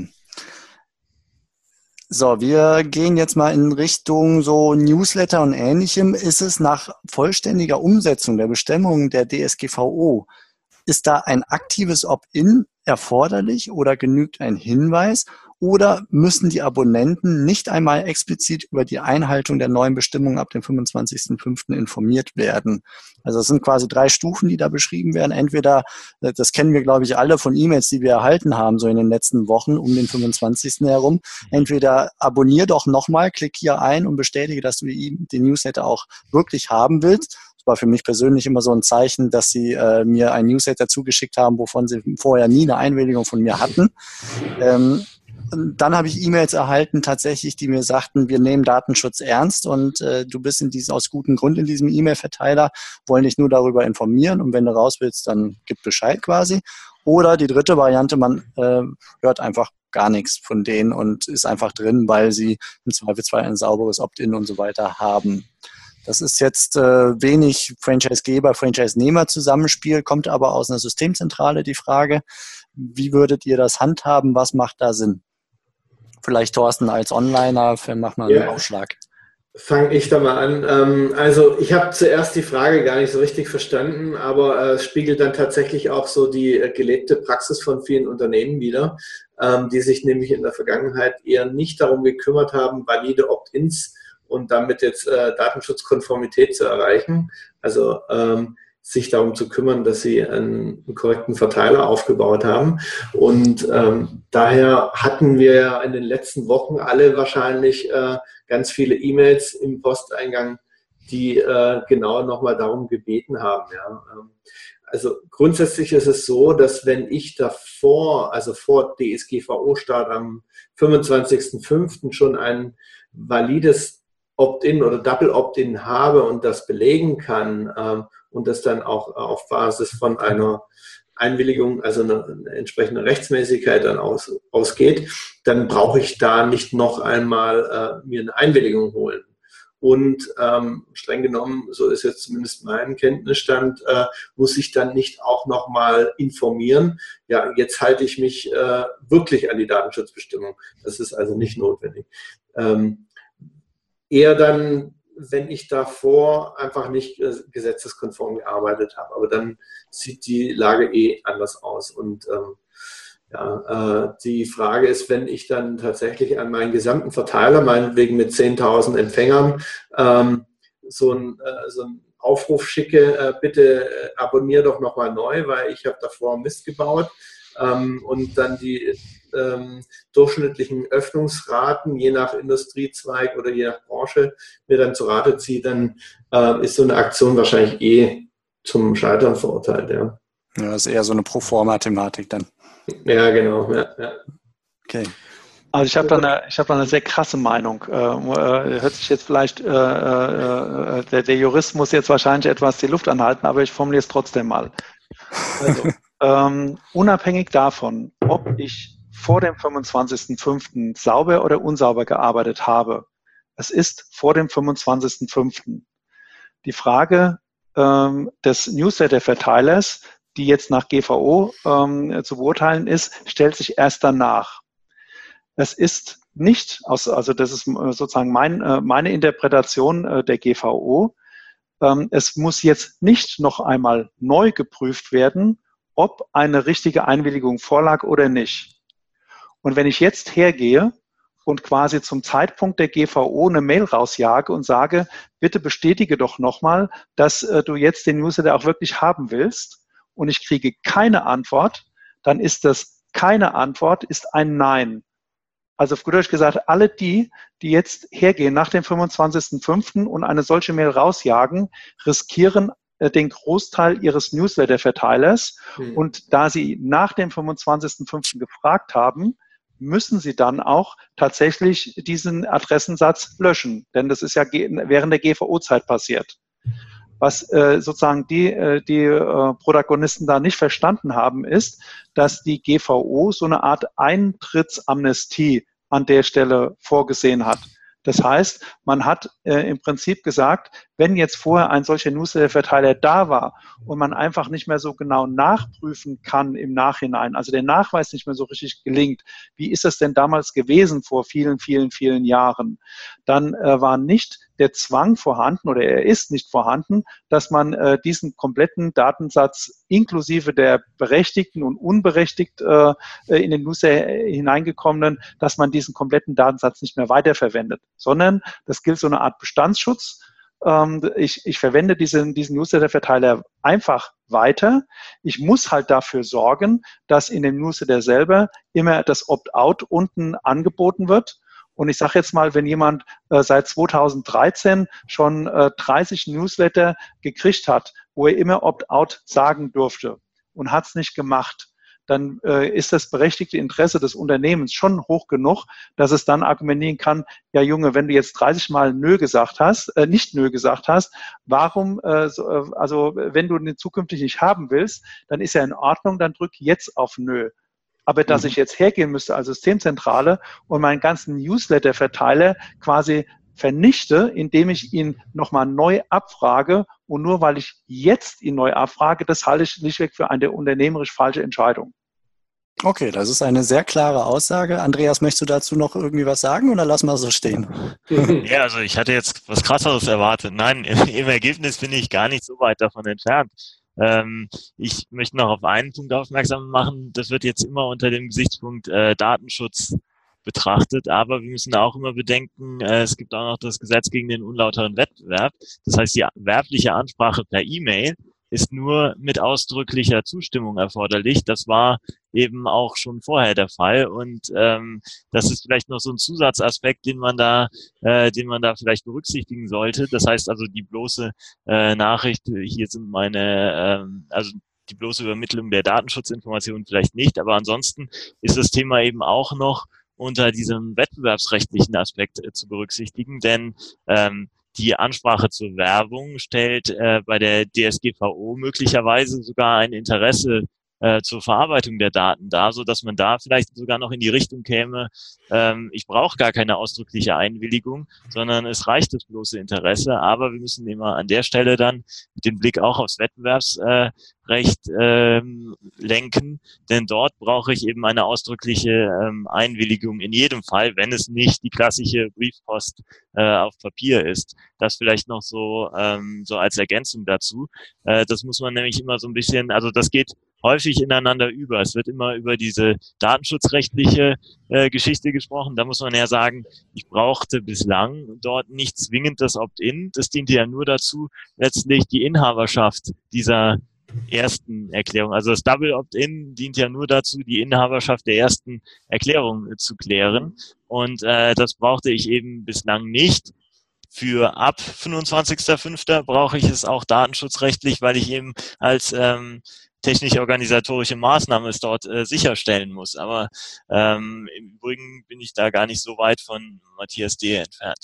So, wir gehen jetzt mal in Richtung so Newsletter und Ähnlichem. Ist es nach vollständiger Umsetzung der Bestimmungen der D S G V O, ist da ein aktives Opt-in erforderlich oder genügt ein Hinweis? Oder müssen die Abonnenten nicht einmal explizit über die Einhaltung der neuen Bestimmungen ab dem fünfundzwanzigsten fünften informiert werden? Also es sind quasi drei Stufen, die da beschrieben werden. Entweder, das kennen wir, glaube ich, alle von E-Mails, die wir erhalten haben, so in den letzten Wochen um den fünfundzwanzigsten herum. Entweder abonnier doch nochmal, klick hier ein und bestätige, dass du den Newsletter auch wirklich haben willst. Das war für mich persönlich immer so ein Zeichen, dass sie äh, mir ein Newsletter zugeschickt haben, wovon sie vorher nie eine Einwilligung von mir hatten. Ähm, Dann habe ich E-Mails erhalten, tatsächlich, die mir sagten, wir nehmen Datenschutz ernst und äh, du bist in diesem, aus gutem Grund in diesem E-Mail-Verteiler, wollen dich nur darüber informieren und wenn du raus willst, dann gib Bescheid quasi. Oder die dritte Variante, man äh, hört einfach gar nichts von denen und ist einfach drin, weil sie im Zweifelsfall ein sauberes Opt-in und so weiter haben. Das ist jetzt äh, wenig Franchise-Geber, Franchise-Nehmer Zusammenspiel, kommt aber aus einer Systemzentrale die Frage, wie würdet ihr das handhaben, was macht da Sinn? Vielleicht Thorsten als Onliner, mach mal einen ja. Aufschlag. Fange ich da mal an. Also ich habe zuerst die Frage gar nicht so richtig verstanden, aber es spiegelt dann tatsächlich auch so die gelebte Praxis von vielen Unternehmen wider, die sich nämlich in der Vergangenheit eher nicht darum gekümmert haben, valide Opt-ins und damit jetzt Datenschutzkonformität zu erreichen. Also sich darum zu kümmern, dass sie einen, einen korrekten Verteiler aufgebaut haben. Und ähm, daher hatten wir ja in den letzten Wochen alle wahrscheinlich äh, ganz viele E-Mails im Posteingang, die äh, genau nochmal darum gebeten haben. Ja. also grundsätzlich ist es so, dass wenn ich davor, also vor D S G V O-Start am fünfundzwanzigsten fünften schon ein valides Opt-in oder Double Opt-in habe und das belegen kann ähm, und das dann auch auf Basis von einer Einwilligung, also eine, eine entsprechende Rechtsmäßigkeit dann aus, ausgeht, dann brauche ich da nicht noch einmal äh, mir eine Einwilligung holen. Und ähm, streng genommen, so ist jetzt zumindest mein Kenntnisstand, äh, muss ich dann nicht auch nochmal informieren. Ja, jetzt halte ich mich äh, wirklich an die Datenschutzbestimmung. Das ist also nicht notwendig. Ähm, eher dann, wenn ich davor einfach nicht äh, gesetzeskonform gearbeitet habe. Aber dann sieht die Lage eh anders aus. Und ähm, ja, äh, die Frage ist, wenn ich dann tatsächlich an meinen gesamten Verteiler, meinetwegen mit zehntausend Empfängern, ähm, so einen äh, so ein Aufruf schicke, äh, bitte äh, abonniere doch nochmal neu, weil ich habe davor Mist gebaut, ähm, und dann die ähm, durchschnittlichen Öffnungsraten, je nach Industriezweig oder je nach Branche, mir dann zu Rate ziehe, dann äh, ist so eine Aktion wahrscheinlich eh zum Scheitern verurteilt. Ja, ja, das ist eher so eine Proforma-Thematik dann. Ja, genau. Ja, ja. Okay. Also ich habe da eine, ich habe da eine sehr krasse Meinung. Äh, hört sich jetzt vielleicht, äh, äh, der, der Jurist muss jetzt wahrscheinlich etwas die Luft anhalten, aber ich formuliere es trotzdem mal. Also, ähm, unabhängig davon, ob ich vor dem fünfundzwanzigsten fünften sauber oder unsauber gearbeitet habe, es ist vor dem fünfundzwanzigsten fünften Die Frage ähm, des Newsletter-Verteilers, die jetzt nach G V O ähm, zu beurteilen ist, stellt sich erst danach. Es ist nicht, aus, also das ist sozusagen mein, äh, meine Interpretation äh, der G V O, ähm, es muss jetzt nicht noch einmal neu geprüft werden, ob eine richtige Einwilligung vorlag oder nicht. Und wenn ich jetzt hergehe und quasi zum Zeitpunkt der G V O eine Mail rausjage und sage, bitte bestätige doch nochmal, dass äh, du jetzt den Newsletter auch wirklich haben willst, und ich kriege keine Antwort, dann ist das keine Antwort, ist ein Nein. Also auf gut Deutsch gesagt, alle die, die jetzt hergehen nach dem fünfundzwanzigsten fünften und eine solche Mail rausjagen, riskieren äh, den Großteil ihres Newsletter-Verteilers. Mhm. Und da sie nach dem fünfundzwanzigsten fünften gefragt haben, müssen sie dann auch tatsächlich diesen Adressensatz löschen. Denn das ist ja während der G V O-Zeit passiert. Was äh, sozusagen die, äh, die äh, Protagonisten da nicht verstanden haben, ist, dass die G V O so eine Art Eintrittsamnestie an der Stelle vorgesehen hat. Das heißt, man hat äh, im Prinzip gesagt, wenn jetzt vorher ein solcher Newsletter-Verteiler da war und man einfach nicht mehr so genau nachprüfen kann im Nachhinein, also der Nachweis nicht mehr so richtig gelingt, wie ist es denn damals gewesen vor vielen, vielen, vielen Jahren, dann äh, war nicht der Zwang vorhanden oder er ist nicht vorhanden, dass man äh, diesen kompletten Datensatz inklusive der berechtigten und unberechtigt äh, in den Newsletter hineingekommenen, dass man diesen kompletten Datensatz nicht mehr weiterverwendet, sondern das gilt so eine Art Bestandsschutz. Ähm, ich, ich verwende diesen, diesen Newsletter-Verteiler einfach weiter. Ich muss halt dafür sorgen, dass in dem Newsletter selber immer das Opt-out unten angeboten wird. Und ich sage jetzt mal, wenn jemand äh, seit zweitausenddreizehn schon äh, dreißig Newsletter gekriegt hat, wo er immer Opt-out sagen durfte und hat es nicht gemacht, dann äh, ist das berechtigte Interesse des Unternehmens schon hoch genug, dass es dann argumentieren kann, ja Junge, wenn du jetzt dreißig Mal Nö gesagt hast, äh, nicht Nö gesagt hast, warum, äh, so, äh, also wenn du den zukünftig nicht haben willst, dann ist ja in Ordnung, dann drück jetzt auf Nö. Aber dass ich jetzt hergehen müsste als Systemzentrale und meinen ganzen Newsletter-Verteiler quasi vernichte, indem ich ihn nochmal neu abfrage, und nur weil ich jetzt ihn neu abfrage, das halte ich schlichtweg für eine unternehmerisch falsche Entscheidung. Okay, das ist eine sehr klare Aussage. Andreas, möchtest du dazu noch irgendwie was sagen oder lassen wir es so stehen? Ja, also ich hatte jetzt was Krasseres erwartet. Nein, im, im Ergebnis bin ich gar nicht so weit davon entfernt. Ähm, ich möchte noch auf einen Punkt aufmerksam machen. Das wird jetzt immer unter dem Gesichtspunkt äh, Datenschutz betrachtet, aber wir müssen auch immer bedenken, äh, es gibt auch noch das Gesetz gegen den unlauteren Wettbewerb. Das heißt, die werbliche Ansprache per E-Mail ist nur mit ausdrücklicher Zustimmung erforderlich. Das war eben auch schon vorher der Fall, und ähm, das ist vielleicht noch so ein Zusatzaspekt, den man da, äh, den man da vielleicht berücksichtigen sollte. Das heißt also, die bloße äh, Nachricht, hier sind meine, ähm, also die bloße Übermittlung der Datenschutzinformationen vielleicht nicht, aber ansonsten ist das Thema eben auch noch unter diesem wettbewerbsrechtlichen Aspekt äh, zu berücksichtigen, denn ähm, die Ansprache zur Werbung stellt äh, bei der D S G V O möglicherweise sogar ein Interesse äh, zur Verarbeitung der Daten dar, so dass man da vielleicht sogar noch in die Richtung käme, ähm, ich brauche gar keine ausdrückliche Einwilligung, sondern es reicht das bloße Interesse, aber wir müssen immer an der Stelle dann den Blick auch aufs Wettbewerbsrecht äh, ähm, lenken, denn dort brauche ich eben eine ausdrückliche ähm, Einwilligung in jedem Fall, wenn es nicht die klassische Briefpost äh, auf Papier ist. Das vielleicht noch so ähm, so als Ergänzung dazu. Äh, das muss man nämlich immer so ein bisschen, also das geht häufig ineinander über. Es wird immer über diese datenschutzrechtliche äh, Geschichte gesprochen. Da muss man ja sagen, ich brauchte bislang dort nicht zwingend das Opt-in. Das diente ja nur dazu, letztlich die Inhaberschaft dieser ersten Erklärung. Also das Double Opt-in dient ja nur dazu, die Inhaberschaft der ersten Erklärung äh, zu klären. Und äh, das brauchte ich eben bislang nicht. Für ab fünfundzwanzigster fünfter brauche ich es auch datenschutzrechtlich, weil ich eben als ähm, technisch-organisatorische Maßnahme es dort äh, sicherstellen muss. Aber ähm, im Übrigen bin ich da gar nicht so weit von Matthias D. entfernt.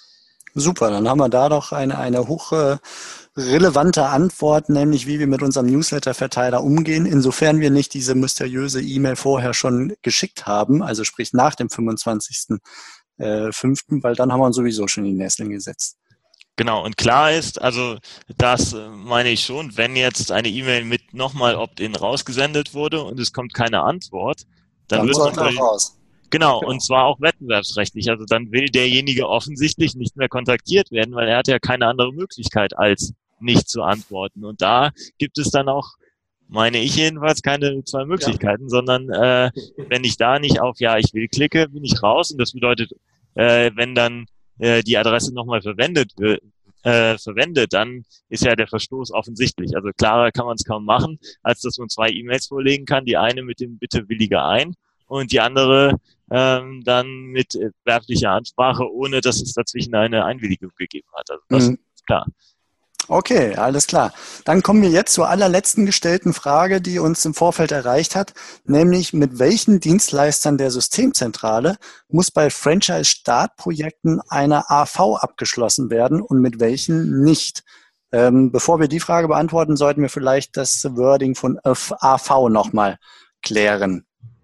Super, dann haben wir da doch eine, eine hoch äh, relevante Antwort, nämlich wie wir mit unserem Newsletter-Verteiler umgehen, insofern wir nicht diese mysteriöse E-Mail vorher schon geschickt haben, also sprich nach dem fünfundzwanzigsten fünften, weil dann haben wir uns sowieso schon in die Nesseln gesetzt. Genau, und klar ist, also das meine ich schon, wenn jetzt eine E-Mail mit nochmal Opt-in rausgesendet wurde und es kommt keine Antwort, dann, dann wird es auch raus. Genau, genau, und zwar auch wettbewerbsrechtlich. Also dann will derjenige offensichtlich nicht mehr kontaktiert werden, weil er hat ja keine andere Möglichkeit, als nicht zu antworten. Und da gibt es dann auch, meine ich jedenfalls, keine zwei Möglichkeiten, ja. sondern äh, wenn ich da nicht auf Ja, ich will klicke, bin ich raus. Und das bedeutet, äh, wenn dann äh, die Adresse nochmal verwendet wird, äh, verwendet, dann ist ja der Verstoß offensichtlich. Also klarer kann man es kaum machen, als dass man zwei E-Mails vorlegen kann. Die eine mit dem Bitte willige ein und die andere ähm, dann mit äh, werbliche Ansprache, ohne dass es dazwischen eine Einwilligung gegeben hat. Also das mhm. ist klar. Okay, alles klar. Dann kommen wir jetzt zur allerletzten gestellten Frage, die uns im Vorfeld erreicht hat, nämlich mit welchen Dienstleistern der Systemzentrale muss bei Franchise-Startprojekten eine A V abgeschlossen werden und mit welchen nicht? Ähm, bevor wir die Frage beantworten, sollten wir vielleicht das Wording von A V nochmal klären.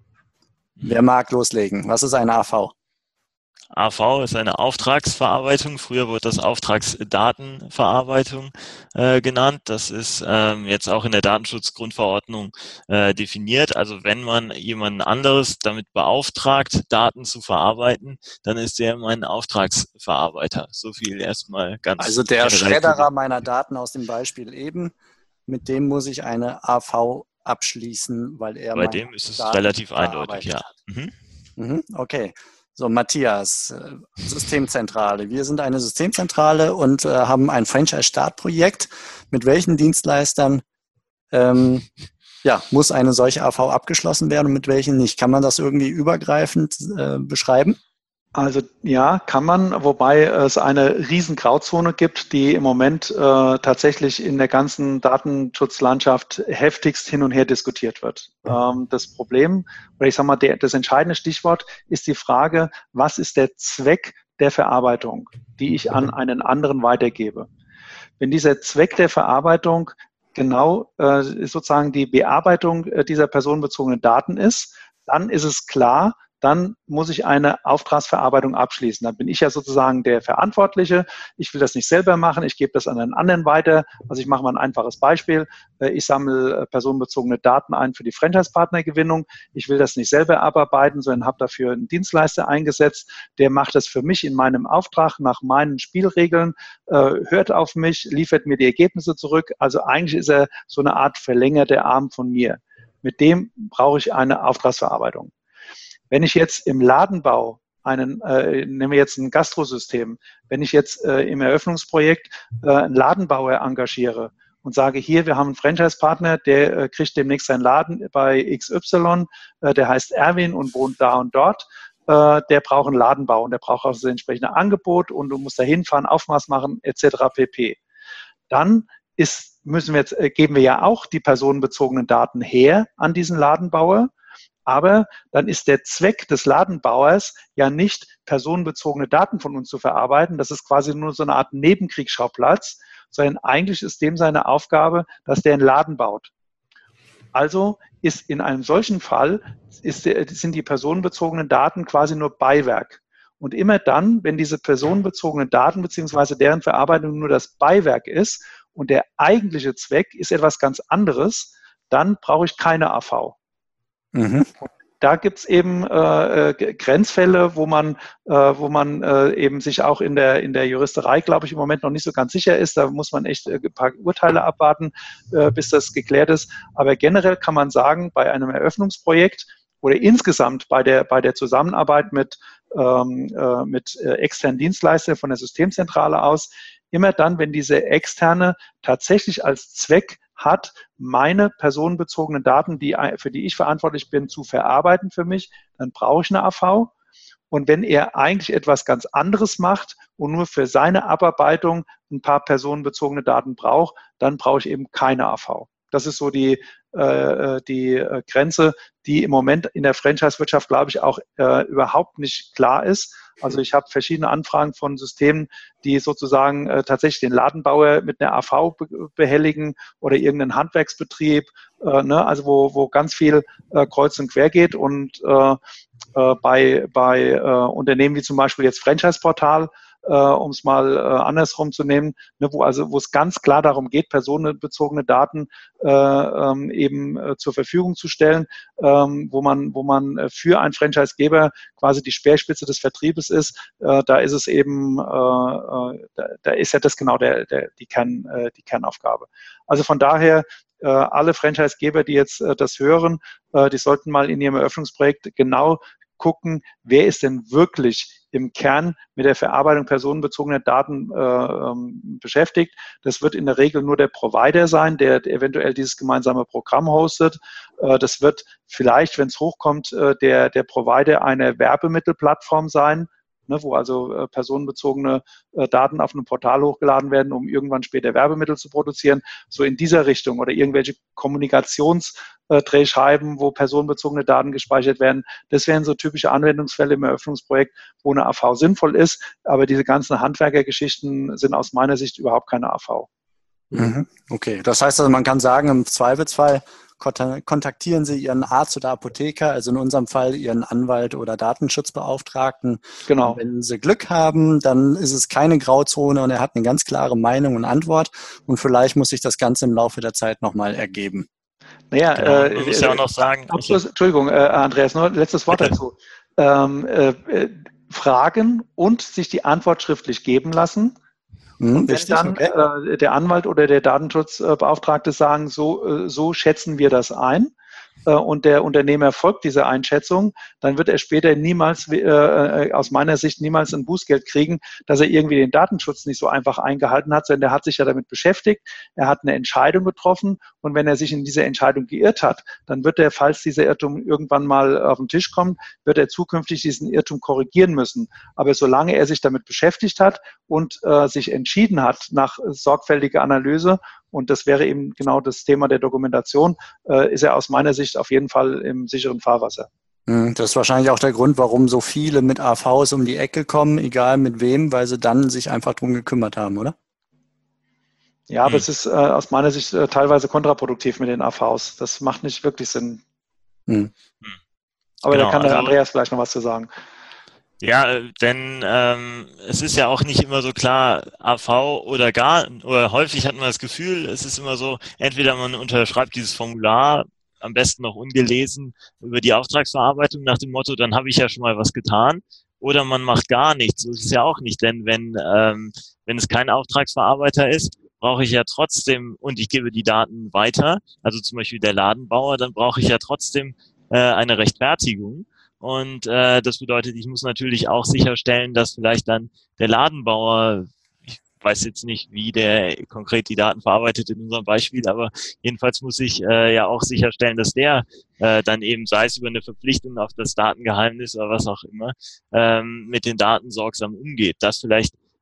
Wer mag loslegen? Was ist eine A V? A V ist eine Auftragsverarbeitung. Früher wurde das Auftragsdatenverarbeitung äh, genannt. Das ist ähm, jetzt auch in der Datenschutzgrundverordnung äh, definiert. Also wenn man jemanden anderes damit beauftragt, Daten zu verarbeiten, dann ist der mein Auftragsverarbeiter. So viel erstmal ganz Also der Schredderer meiner Daten aus dem Beispiel eben, mit dem muss ich eine A V abschließen, weil er Bei dem ist es relativ eindeutig, ja. Mhm. Mhm, okay. So, Matthias, Systemzentrale. Wir sind eine Systemzentrale und äh, haben ein Franchise-Startprojekt. Mit welchen Dienstleistern ähm, ja, muss eine solche A V abgeschlossen werden und mit welchen nicht? Kann man das irgendwie übergreifend äh, beschreiben? Also ja, kann man, wobei es eine riesen Grauzone gibt, die im Moment äh, tatsächlich in der ganzen Datenschutzlandschaft heftigst hin und her diskutiert wird. Ähm, das Problem, oder ich sage mal, der, das entscheidende Stichwort ist die Frage, was ist der Zweck der Verarbeitung, die ich an einen anderen weitergebe? Wenn dieser Zweck der Verarbeitung genau äh, sozusagen die Bearbeitung äh, dieser personenbezogenen Daten ist, dann ist es klar, dann muss ich eine Auftragsverarbeitung abschließen. Dann bin ich ja sozusagen der Verantwortliche. Ich will das nicht selber machen, ich gebe das an einen anderen weiter. Also ich mache mal ein einfaches Beispiel. Ich sammle personenbezogene Daten ein für die Franchise-Partnergewinnung. Ich will das nicht selber abarbeiten, sondern habe dafür einen Dienstleister eingesetzt. Der macht das für mich in meinem Auftrag nach meinen Spielregeln, hört auf mich, liefert mir die Ergebnisse zurück. Also eigentlich ist er so eine Art verlängerter Arm von mir. Mit dem brauche ich eine Auftragsverarbeitung. Wenn ich jetzt im Ladenbau einen, äh, nehmen wir jetzt ein Gastrosystem, wenn ich jetzt äh, im Eröffnungsprojekt äh, einen Ladenbauer engagiere und sage, hier, wir haben einen Franchise-Partner, der äh, kriegt demnächst seinen Laden bei X Y, äh, der heißt Erwin und wohnt da und dort, äh, der braucht einen Ladenbau und der braucht auch das entsprechende Angebot und du musst da hinfahren, Aufmaß machen, et cetera pp. Dann ist müssen wir jetzt, geben wir ja auch die personenbezogenen Daten her an diesen Ladenbauer. Aber dann ist der Zweck des Ladenbauers ja nicht, personenbezogene Daten von uns zu verarbeiten. Das ist quasi nur so eine Art Nebenkriegsschauplatz, sondern eigentlich ist dem seine Aufgabe, dass der einen Laden baut. Also ist in einem solchen Fall, ist, sind die personenbezogenen Daten quasi nur Beiwerk. Und immer dann, wenn diese personenbezogenen Daten bzw. deren Verarbeitung nur das Beiwerk ist und der eigentliche Zweck ist etwas ganz anderes, dann brauche ich keine A V. Mhm. Da gibt es eben äh, Grenzfälle, wo man, äh, wo man äh, eben sich auch in der, in der Juristerei, glaube ich, im Moment noch nicht so ganz sicher ist. Da muss man echt ein paar Urteile abwarten, äh, bis das geklärt ist. Aber generell kann man sagen, bei einem Eröffnungsprojekt oder insgesamt bei der, bei der Zusammenarbeit mit, ähm, äh, mit äh, externen Dienstleistern von der Systemzentrale aus, immer dann, wenn diese externe tatsächlich als Zweck hat, meine personenbezogenen Daten, die, für die ich verantwortlich bin, zu verarbeiten für mich, dann brauche ich eine A V. Und wenn er eigentlich etwas ganz anderes macht und nur für seine Abarbeitung ein paar personenbezogene Daten braucht, dann brauche ich eben keine A V. Das ist so die, äh, die Grenze, die im Moment in der Franchise-Wirtschaft, glaube ich, auch äh, überhaupt nicht klar ist. Also ich habe verschiedene Anfragen von Systemen, die sozusagen äh, tatsächlich den Ladenbauer mit einer A V be behelligen oder irgendeinen Handwerksbetrieb, äh, ne? Also wo, wo ganz viel äh, kreuz und quer geht. Und äh, äh, bei, bei äh, Unternehmen wie zum Beispiel jetzt Franchise-Portal, äh, um es mal äh, andersrum zu nehmen, ne, wo also wo es ganz klar darum geht, personenbezogene Daten äh, ähm, eben äh, zur Verfügung zu stellen, ähm, wo man wo man äh, für einen Franchisegeber quasi die Speerspitze des Vertriebes ist. Äh, da ist es eben, äh, äh, da, da ist ja das genau der, der die Kern äh, die Kernaufgabe. Also von daher äh, alle Franchisegeber, die jetzt äh, das hören, äh, die sollten mal in ihrem Eröffnungsprojekt genau gucken, wer ist denn wirklich im Kern mit der Verarbeitung personenbezogener Daten äh, ähm, beschäftigt. Das wird in der Regel nur der Provider sein, der, der eventuell dieses gemeinsame Programm hostet. Äh, das wird vielleicht, wenn es hochkommt, äh, der, der Provider einer Werbemittelplattform sein, ne, wo also äh, personenbezogene äh, Daten auf einem Portal hochgeladen werden, um irgendwann später Werbemittel zu produzieren. So in dieser Richtung oder irgendwelche Kommunikationsdrehscheiben, wo personenbezogene Daten gespeichert werden. Das wären so typische Anwendungsfälle im Eröffnungsprojekt, wo eine A V sinnvoll ist. Aber diese ganzen Handwerkergeschichten sind aus meiner Sicht überhaupt keine A V. Mhm. Okay, das heißt also, man kann sagen, im Zweifelsfall kontaktieren Sie Ihren Arzt oder Apotheker, also in unserem Fall Ihren Anwalt oder Datenschutzbeauftragten. Genau. Und wenn Sie Glück haben, dann ist es keine Grauzone und er hat eine ganz klare Meinung und Antwort und vielleicht muss sich das Ganze im Laufe der Zeit nochmal ergeben. Naja, genau, äh, man muss ja auch noch sagen. Abschluss, Entschuldigung, äh, Andreas, nur letztes Wort Bitte. dazu. Ähm, äh, fragen und sich die Antwort schriftlich geben lassen. Mhm, und wenn richtig, dann okay. äh, der Anwalt oder der Datenschutzbeauftragte sagen, so, äh, so schätzen wir das ein, äh, und der Unternehmer folgt dieser Einschätzung, dann wird er später niemals, äh, aus meiner Sicht, niemals ein Bußgeld kriegen, dass er irgendwie den Datenschutz nicht so einfach eingehalten hat, sondern er hat sich ja damit beschäftigt, er hat eine Entscheidung getroffen und wenn er sich in dieser Entscheidung geirrt hat, dann wird er, falls dieser Irrtum irgendwann mal auf den Tisch kommt, wird er zukünftig diesen Irrtum korrigieren müssen. Aber solange er sich damit beschäftigt hat und äh, sich entschieden hat nach sorgfältiger Analyse, und das wäre eben genau das Thema der Dokumentation, äh, ist er aus meiner Sicht auf jeden Fall im sicheren Fahrwasser. Das ist wahrscheinlich auch der Grund, warum so viele mit A Vs um die Ecke kommen, egal mit wem, weil sie dann sich einfach drum gekümmert haben, oder? Ja, aber Hm. es ist äh, aus meiner Sicht äh, teilweise kontraproduktiv mit den A Vs. Das macht nicht wirklich Sinn. Hm. Aber Genau, da kann der also- Andreas vielleicht noch was zu sagen. Ja, denn ähm, es ist ja auch nicht immer so klar, A V oder gar, oder häufig hat man das Gefühl, es ist immer so, entweder man unterschreibt dieses Formular, am besten noch ungelesen, über die Auftragsverarbeitung nach dem Motto, dann habe ich ja schon mal was getan, oder man macht gar nichts. So ist es ja auch nicht, denn wenn, ähm, wenn es kein Auftragsverarbeiter ist, brauche ich ja trotzdem, und ich gebe die Daten weiter, also zum Beispiel der Ladenbauer, dann brauche ich ja trotzdem äh, eine Rechtfertigung. Und äh, das bedeutet, ich muss natürlich auch sicherstellen, dass vielleicht dann der Ladenbauer, ich weiß jetzt nicht, wie der konkret die Daten verarbeitet in unserem Beispiel, aber jedenfalls muss ich äh, ja auch sicherstellen, dass der äh, dann eben, sei es über eine Verpflichtung auf das Datengeheimnis oder was auch immer, ähm, mit den Daten sorgsam umgeht. Das vielleicht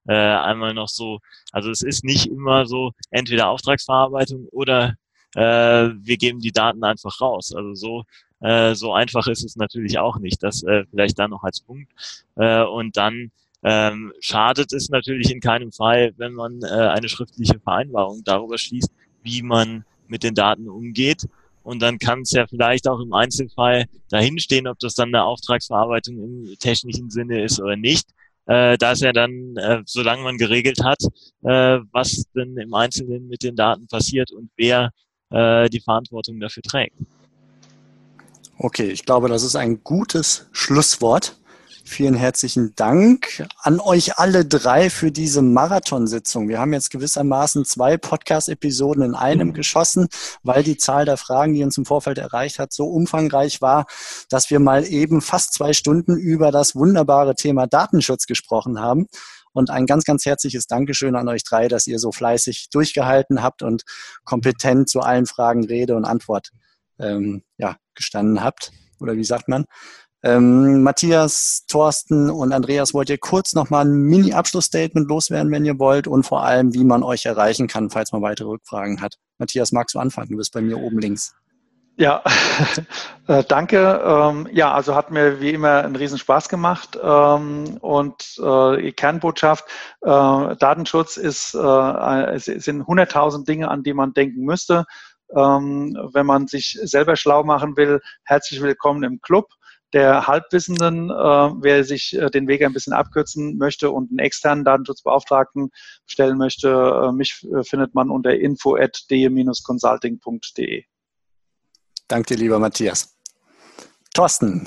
äh, einmal noch so, also es ist nicht immer so entweder Auftragsverarbeitung oder äh, wir geben die Daten einfach raus. Also so äh, so einfach ist es natürlich auch nicht. Das äh, vielleicht dann noch als Punkt. Äh, und dann ähm, schadet es natürlich in keinem Fall, wenn man äh, eine schriftliche Vereinbarung darüber schließt, wie man mit den Daten umgeht. Und dann kann es ja vielleicht auch im Einzelfall dahinstehen, ob das dann eine Auftragsverarbeitung im technischen Sinne ist oder nicht. Äh, da ist ja dann, äh, solange man geregelt hat, äh, was denn im Einzelnen mit den Daten passiert und wer äh, die Verantwortung dafür trägt. Okay, ich glaube, das ist ein gutes Schlusswort. Vielen herzlichen Dank an euch alle drei für diese Marathonsitzung. Wir haben jetzt gewissermaßen zwei Podcast-Episoden in einem geschossen, weil die Zahl der Fragen, die uns im Vorfeld erreicht hat, so umfangreich war, dass wir mal eben fast zwei Stunden über das wunderbare Thema Datenschutz gesprochen haben. Und ein ganz, ganz herzliches Dankeschön an euch drei, dass ihr so fleißig durchgehalten habt und kompetent zu allen Fragen Rede und Antwort ähm, ja, gestanden habt. Oder wie sagt man? Ähm, Matthias, Thorsten und Andreas, wollt ihr kurz nochmal ein Mini-Abschlussstatement loswerden, wenn ihr wollt, und vor allem, wie man euch erreichen kann, falls man weitere Rückfragen hat. Matthias, magst du anfangen? Du bist bei mir oben links. Ja, äh, danke. Ähm, ja, also hat mir wie immer einen riesen Spaß gemacht. Ähm, und äh, die Kernbotschaft, äh, Datenschutz ist, äh, es sind hunderttausend Dinge, an die man denken müsste. Ähm, wenn man sich selber schlau machen will, herzlich willkommen im Club der Halbwissenden. Äh, wer sich äh, den Weg ein bisschen abkürzen möchte und einen externen Datenschutzbeauftragten stellen möchte, äh, mich äh, findet man unter info at d e consulting punkt d e. Danke dir, lieber Matthias. Thorsten.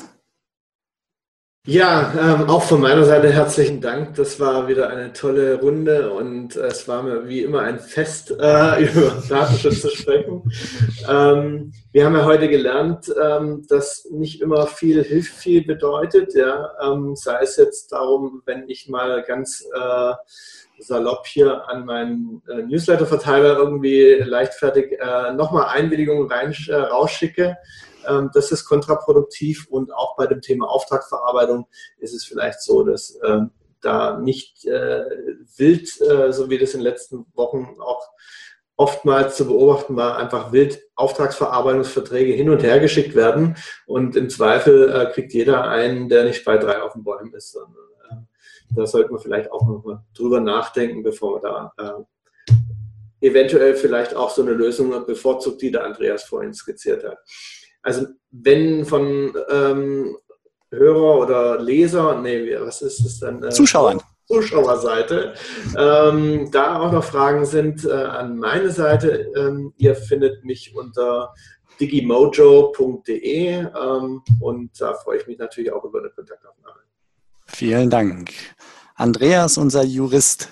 Ja, ähm, auch von meiner Seite herzlichen Dank. Das war wieder eine tolle Runde und äh, es war mir wie immer ein Fest, äh, über Datenschutz zu sprechen. Ähm, wir haben ja heute gelernt, ähm, dass nicht immer viel hilft viel bedeutet. Ja? Ähm, sei es jetzt darum, wenn ich mal ganz äh, salopp hier an meinen äh, Newsletter-Verteiler irgendwie leichtfertig äh, nochmal Einwilligungen rein, äh, rausschicke. Ähm, das ist kontraproduktiv, und auch bei dem Thema Auftragsverarbeitung ist es vielleicht so, dass äh, da nicht äh, wild, äh, so wie das in den letzten Wochen auch oftmals zu beobachten war, einfach wild Auftragsverarbeitungsverträge hin und her geschickt werden, und im Zweifel äh, kriegt jeder einen, der nicht bei drei auf den Bäumen ist, sondern da sollten wir vielleicht auch noch mal drüber nachdenken, bevor wir da äh, eventuell vielleicht auch so eine Lösung bevorzugt, die der Andreas vorhin skizziert hat. Also wenn von ähm, Hörer oder Leser, nee, was ist das dann? Äh, Zuschauern. Zuschauerseite, ähm, da auch noch Fragen sind äh, an meine Seite. Ähm, ihr findet mich unter digimojo punkt de ähm, und da freue ich mich natürlich auch über eine Kontaktaufnahme. Vielen Dank. Andreas, unser Jurist,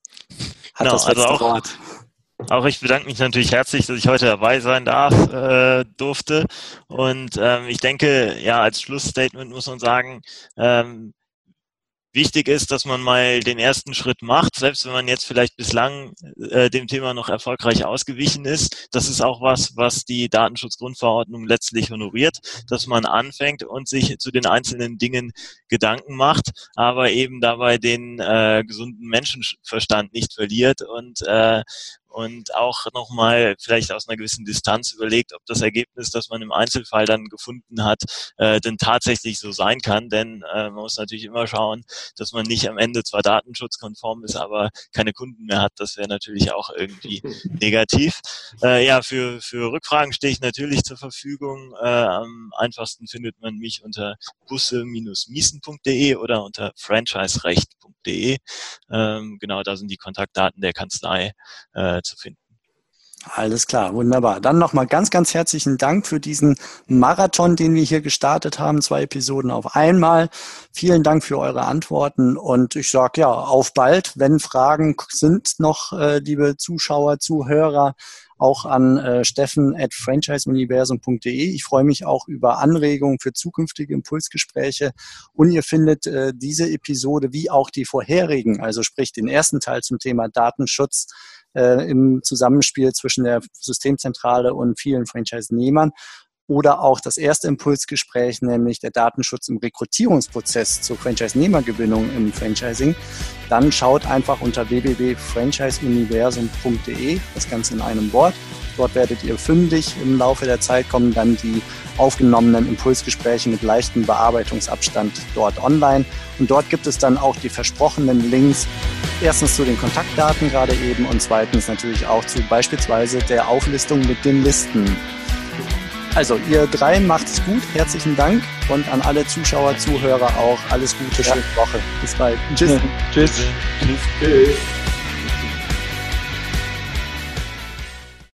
hat Genau, das letzte also auch, Wort. Auch ich bedanke mich natürlich herzlich, dass ich heute dabei sein darf, äh, durfte. Und ähm, ich denke, ja, als Schlussstatement muss man sagen, ähm, wichtig ist, dass man mal den ersten Schritt macht, selbst wenn man jetzt vielleicht bislang äh, dem Thema noch erfolgreich ausgewichen ist. Das ist auch was, was die Datenschutzgrundverordnung letztlich honoriert, dass man anfängt und sich zu den einzelnen Dingen Gedanken macht, aber eben dabei den äh, gesunden Menschenverstand nicht verliert und äh, und auch nochmal vielleicht aus einer gewissen Distanz überlegt, ob das Ergebnis, das man im Einzelfall dann gefunden hat, äh, denn tatsächlich so sein kann. Denn äh, man muss natürlich immer schauen, dass man nicht am Ende zwar datenschutzkonform ist, aber keine Kunden mehr hat. Das wäre natürlich auch irgendwie negativ. Äh, ja, für, für Rückfragen stehe ich natürlich zur Verfügung. Äh, am einfachsten findet man mich unter busse Bindestrich miesen punkt de oder unter franchiserecht punkt de. Ähm, genau, da sind die Kontaktdaten der Kanzlei äh, zu finden. Alles klar, wunderbar. Dann nochmal ganz, ganz herzlichen Dank für diesen Marathon, den wir hier gestartet haben. Zwei Episoden auf einmal. Vielen Dank für eure Antworten und ich sage ja, auf bald. Wenn Fragen sind noch, äh, liebe Zuschauer, Zuhörer, auch an äh, steffen at franchiseuniversum punkt de. Ich freue mich auch über Anregungen für zukünftige Impulsgespräche und ihr findet äh, diese Episode wie auch die vorherigen, also sprich den ersten Teil zum Thema Datenschutz, äh, im Zusammenspiel zwischen der Systemzentrale und vielen Franchise-Nehmern oder auch das erste Impulsgespräch, nämlich der Datenschutz im Rekrutierungsprozess zur Franchise-Nehmergewinnung im Franchising, dann schaut einfach unter w w w punkt franchise universum punkt d e, das Ganze in einem Wort. Dort werdet ihr fündig. Im Laufe der Zeit kommen dann die aufgenommenen Impulsgespräche mit leichtem Bearbeitungsabstand dort online. Und dort gibt es dann auch die versprochenen Links. Erstens zu den Kontaktdaten gerade eben und zweitens natürlich auch zu beispielsweise der Auflistung mit den Listen. Also ihr drei macht es gut. Herzlichen Dank und an alle Zuschauer, Zuhörer auch alles Gute, schöne Woche. Bis bald. Tschüss. Tschüss. Tschüss. Tschüss.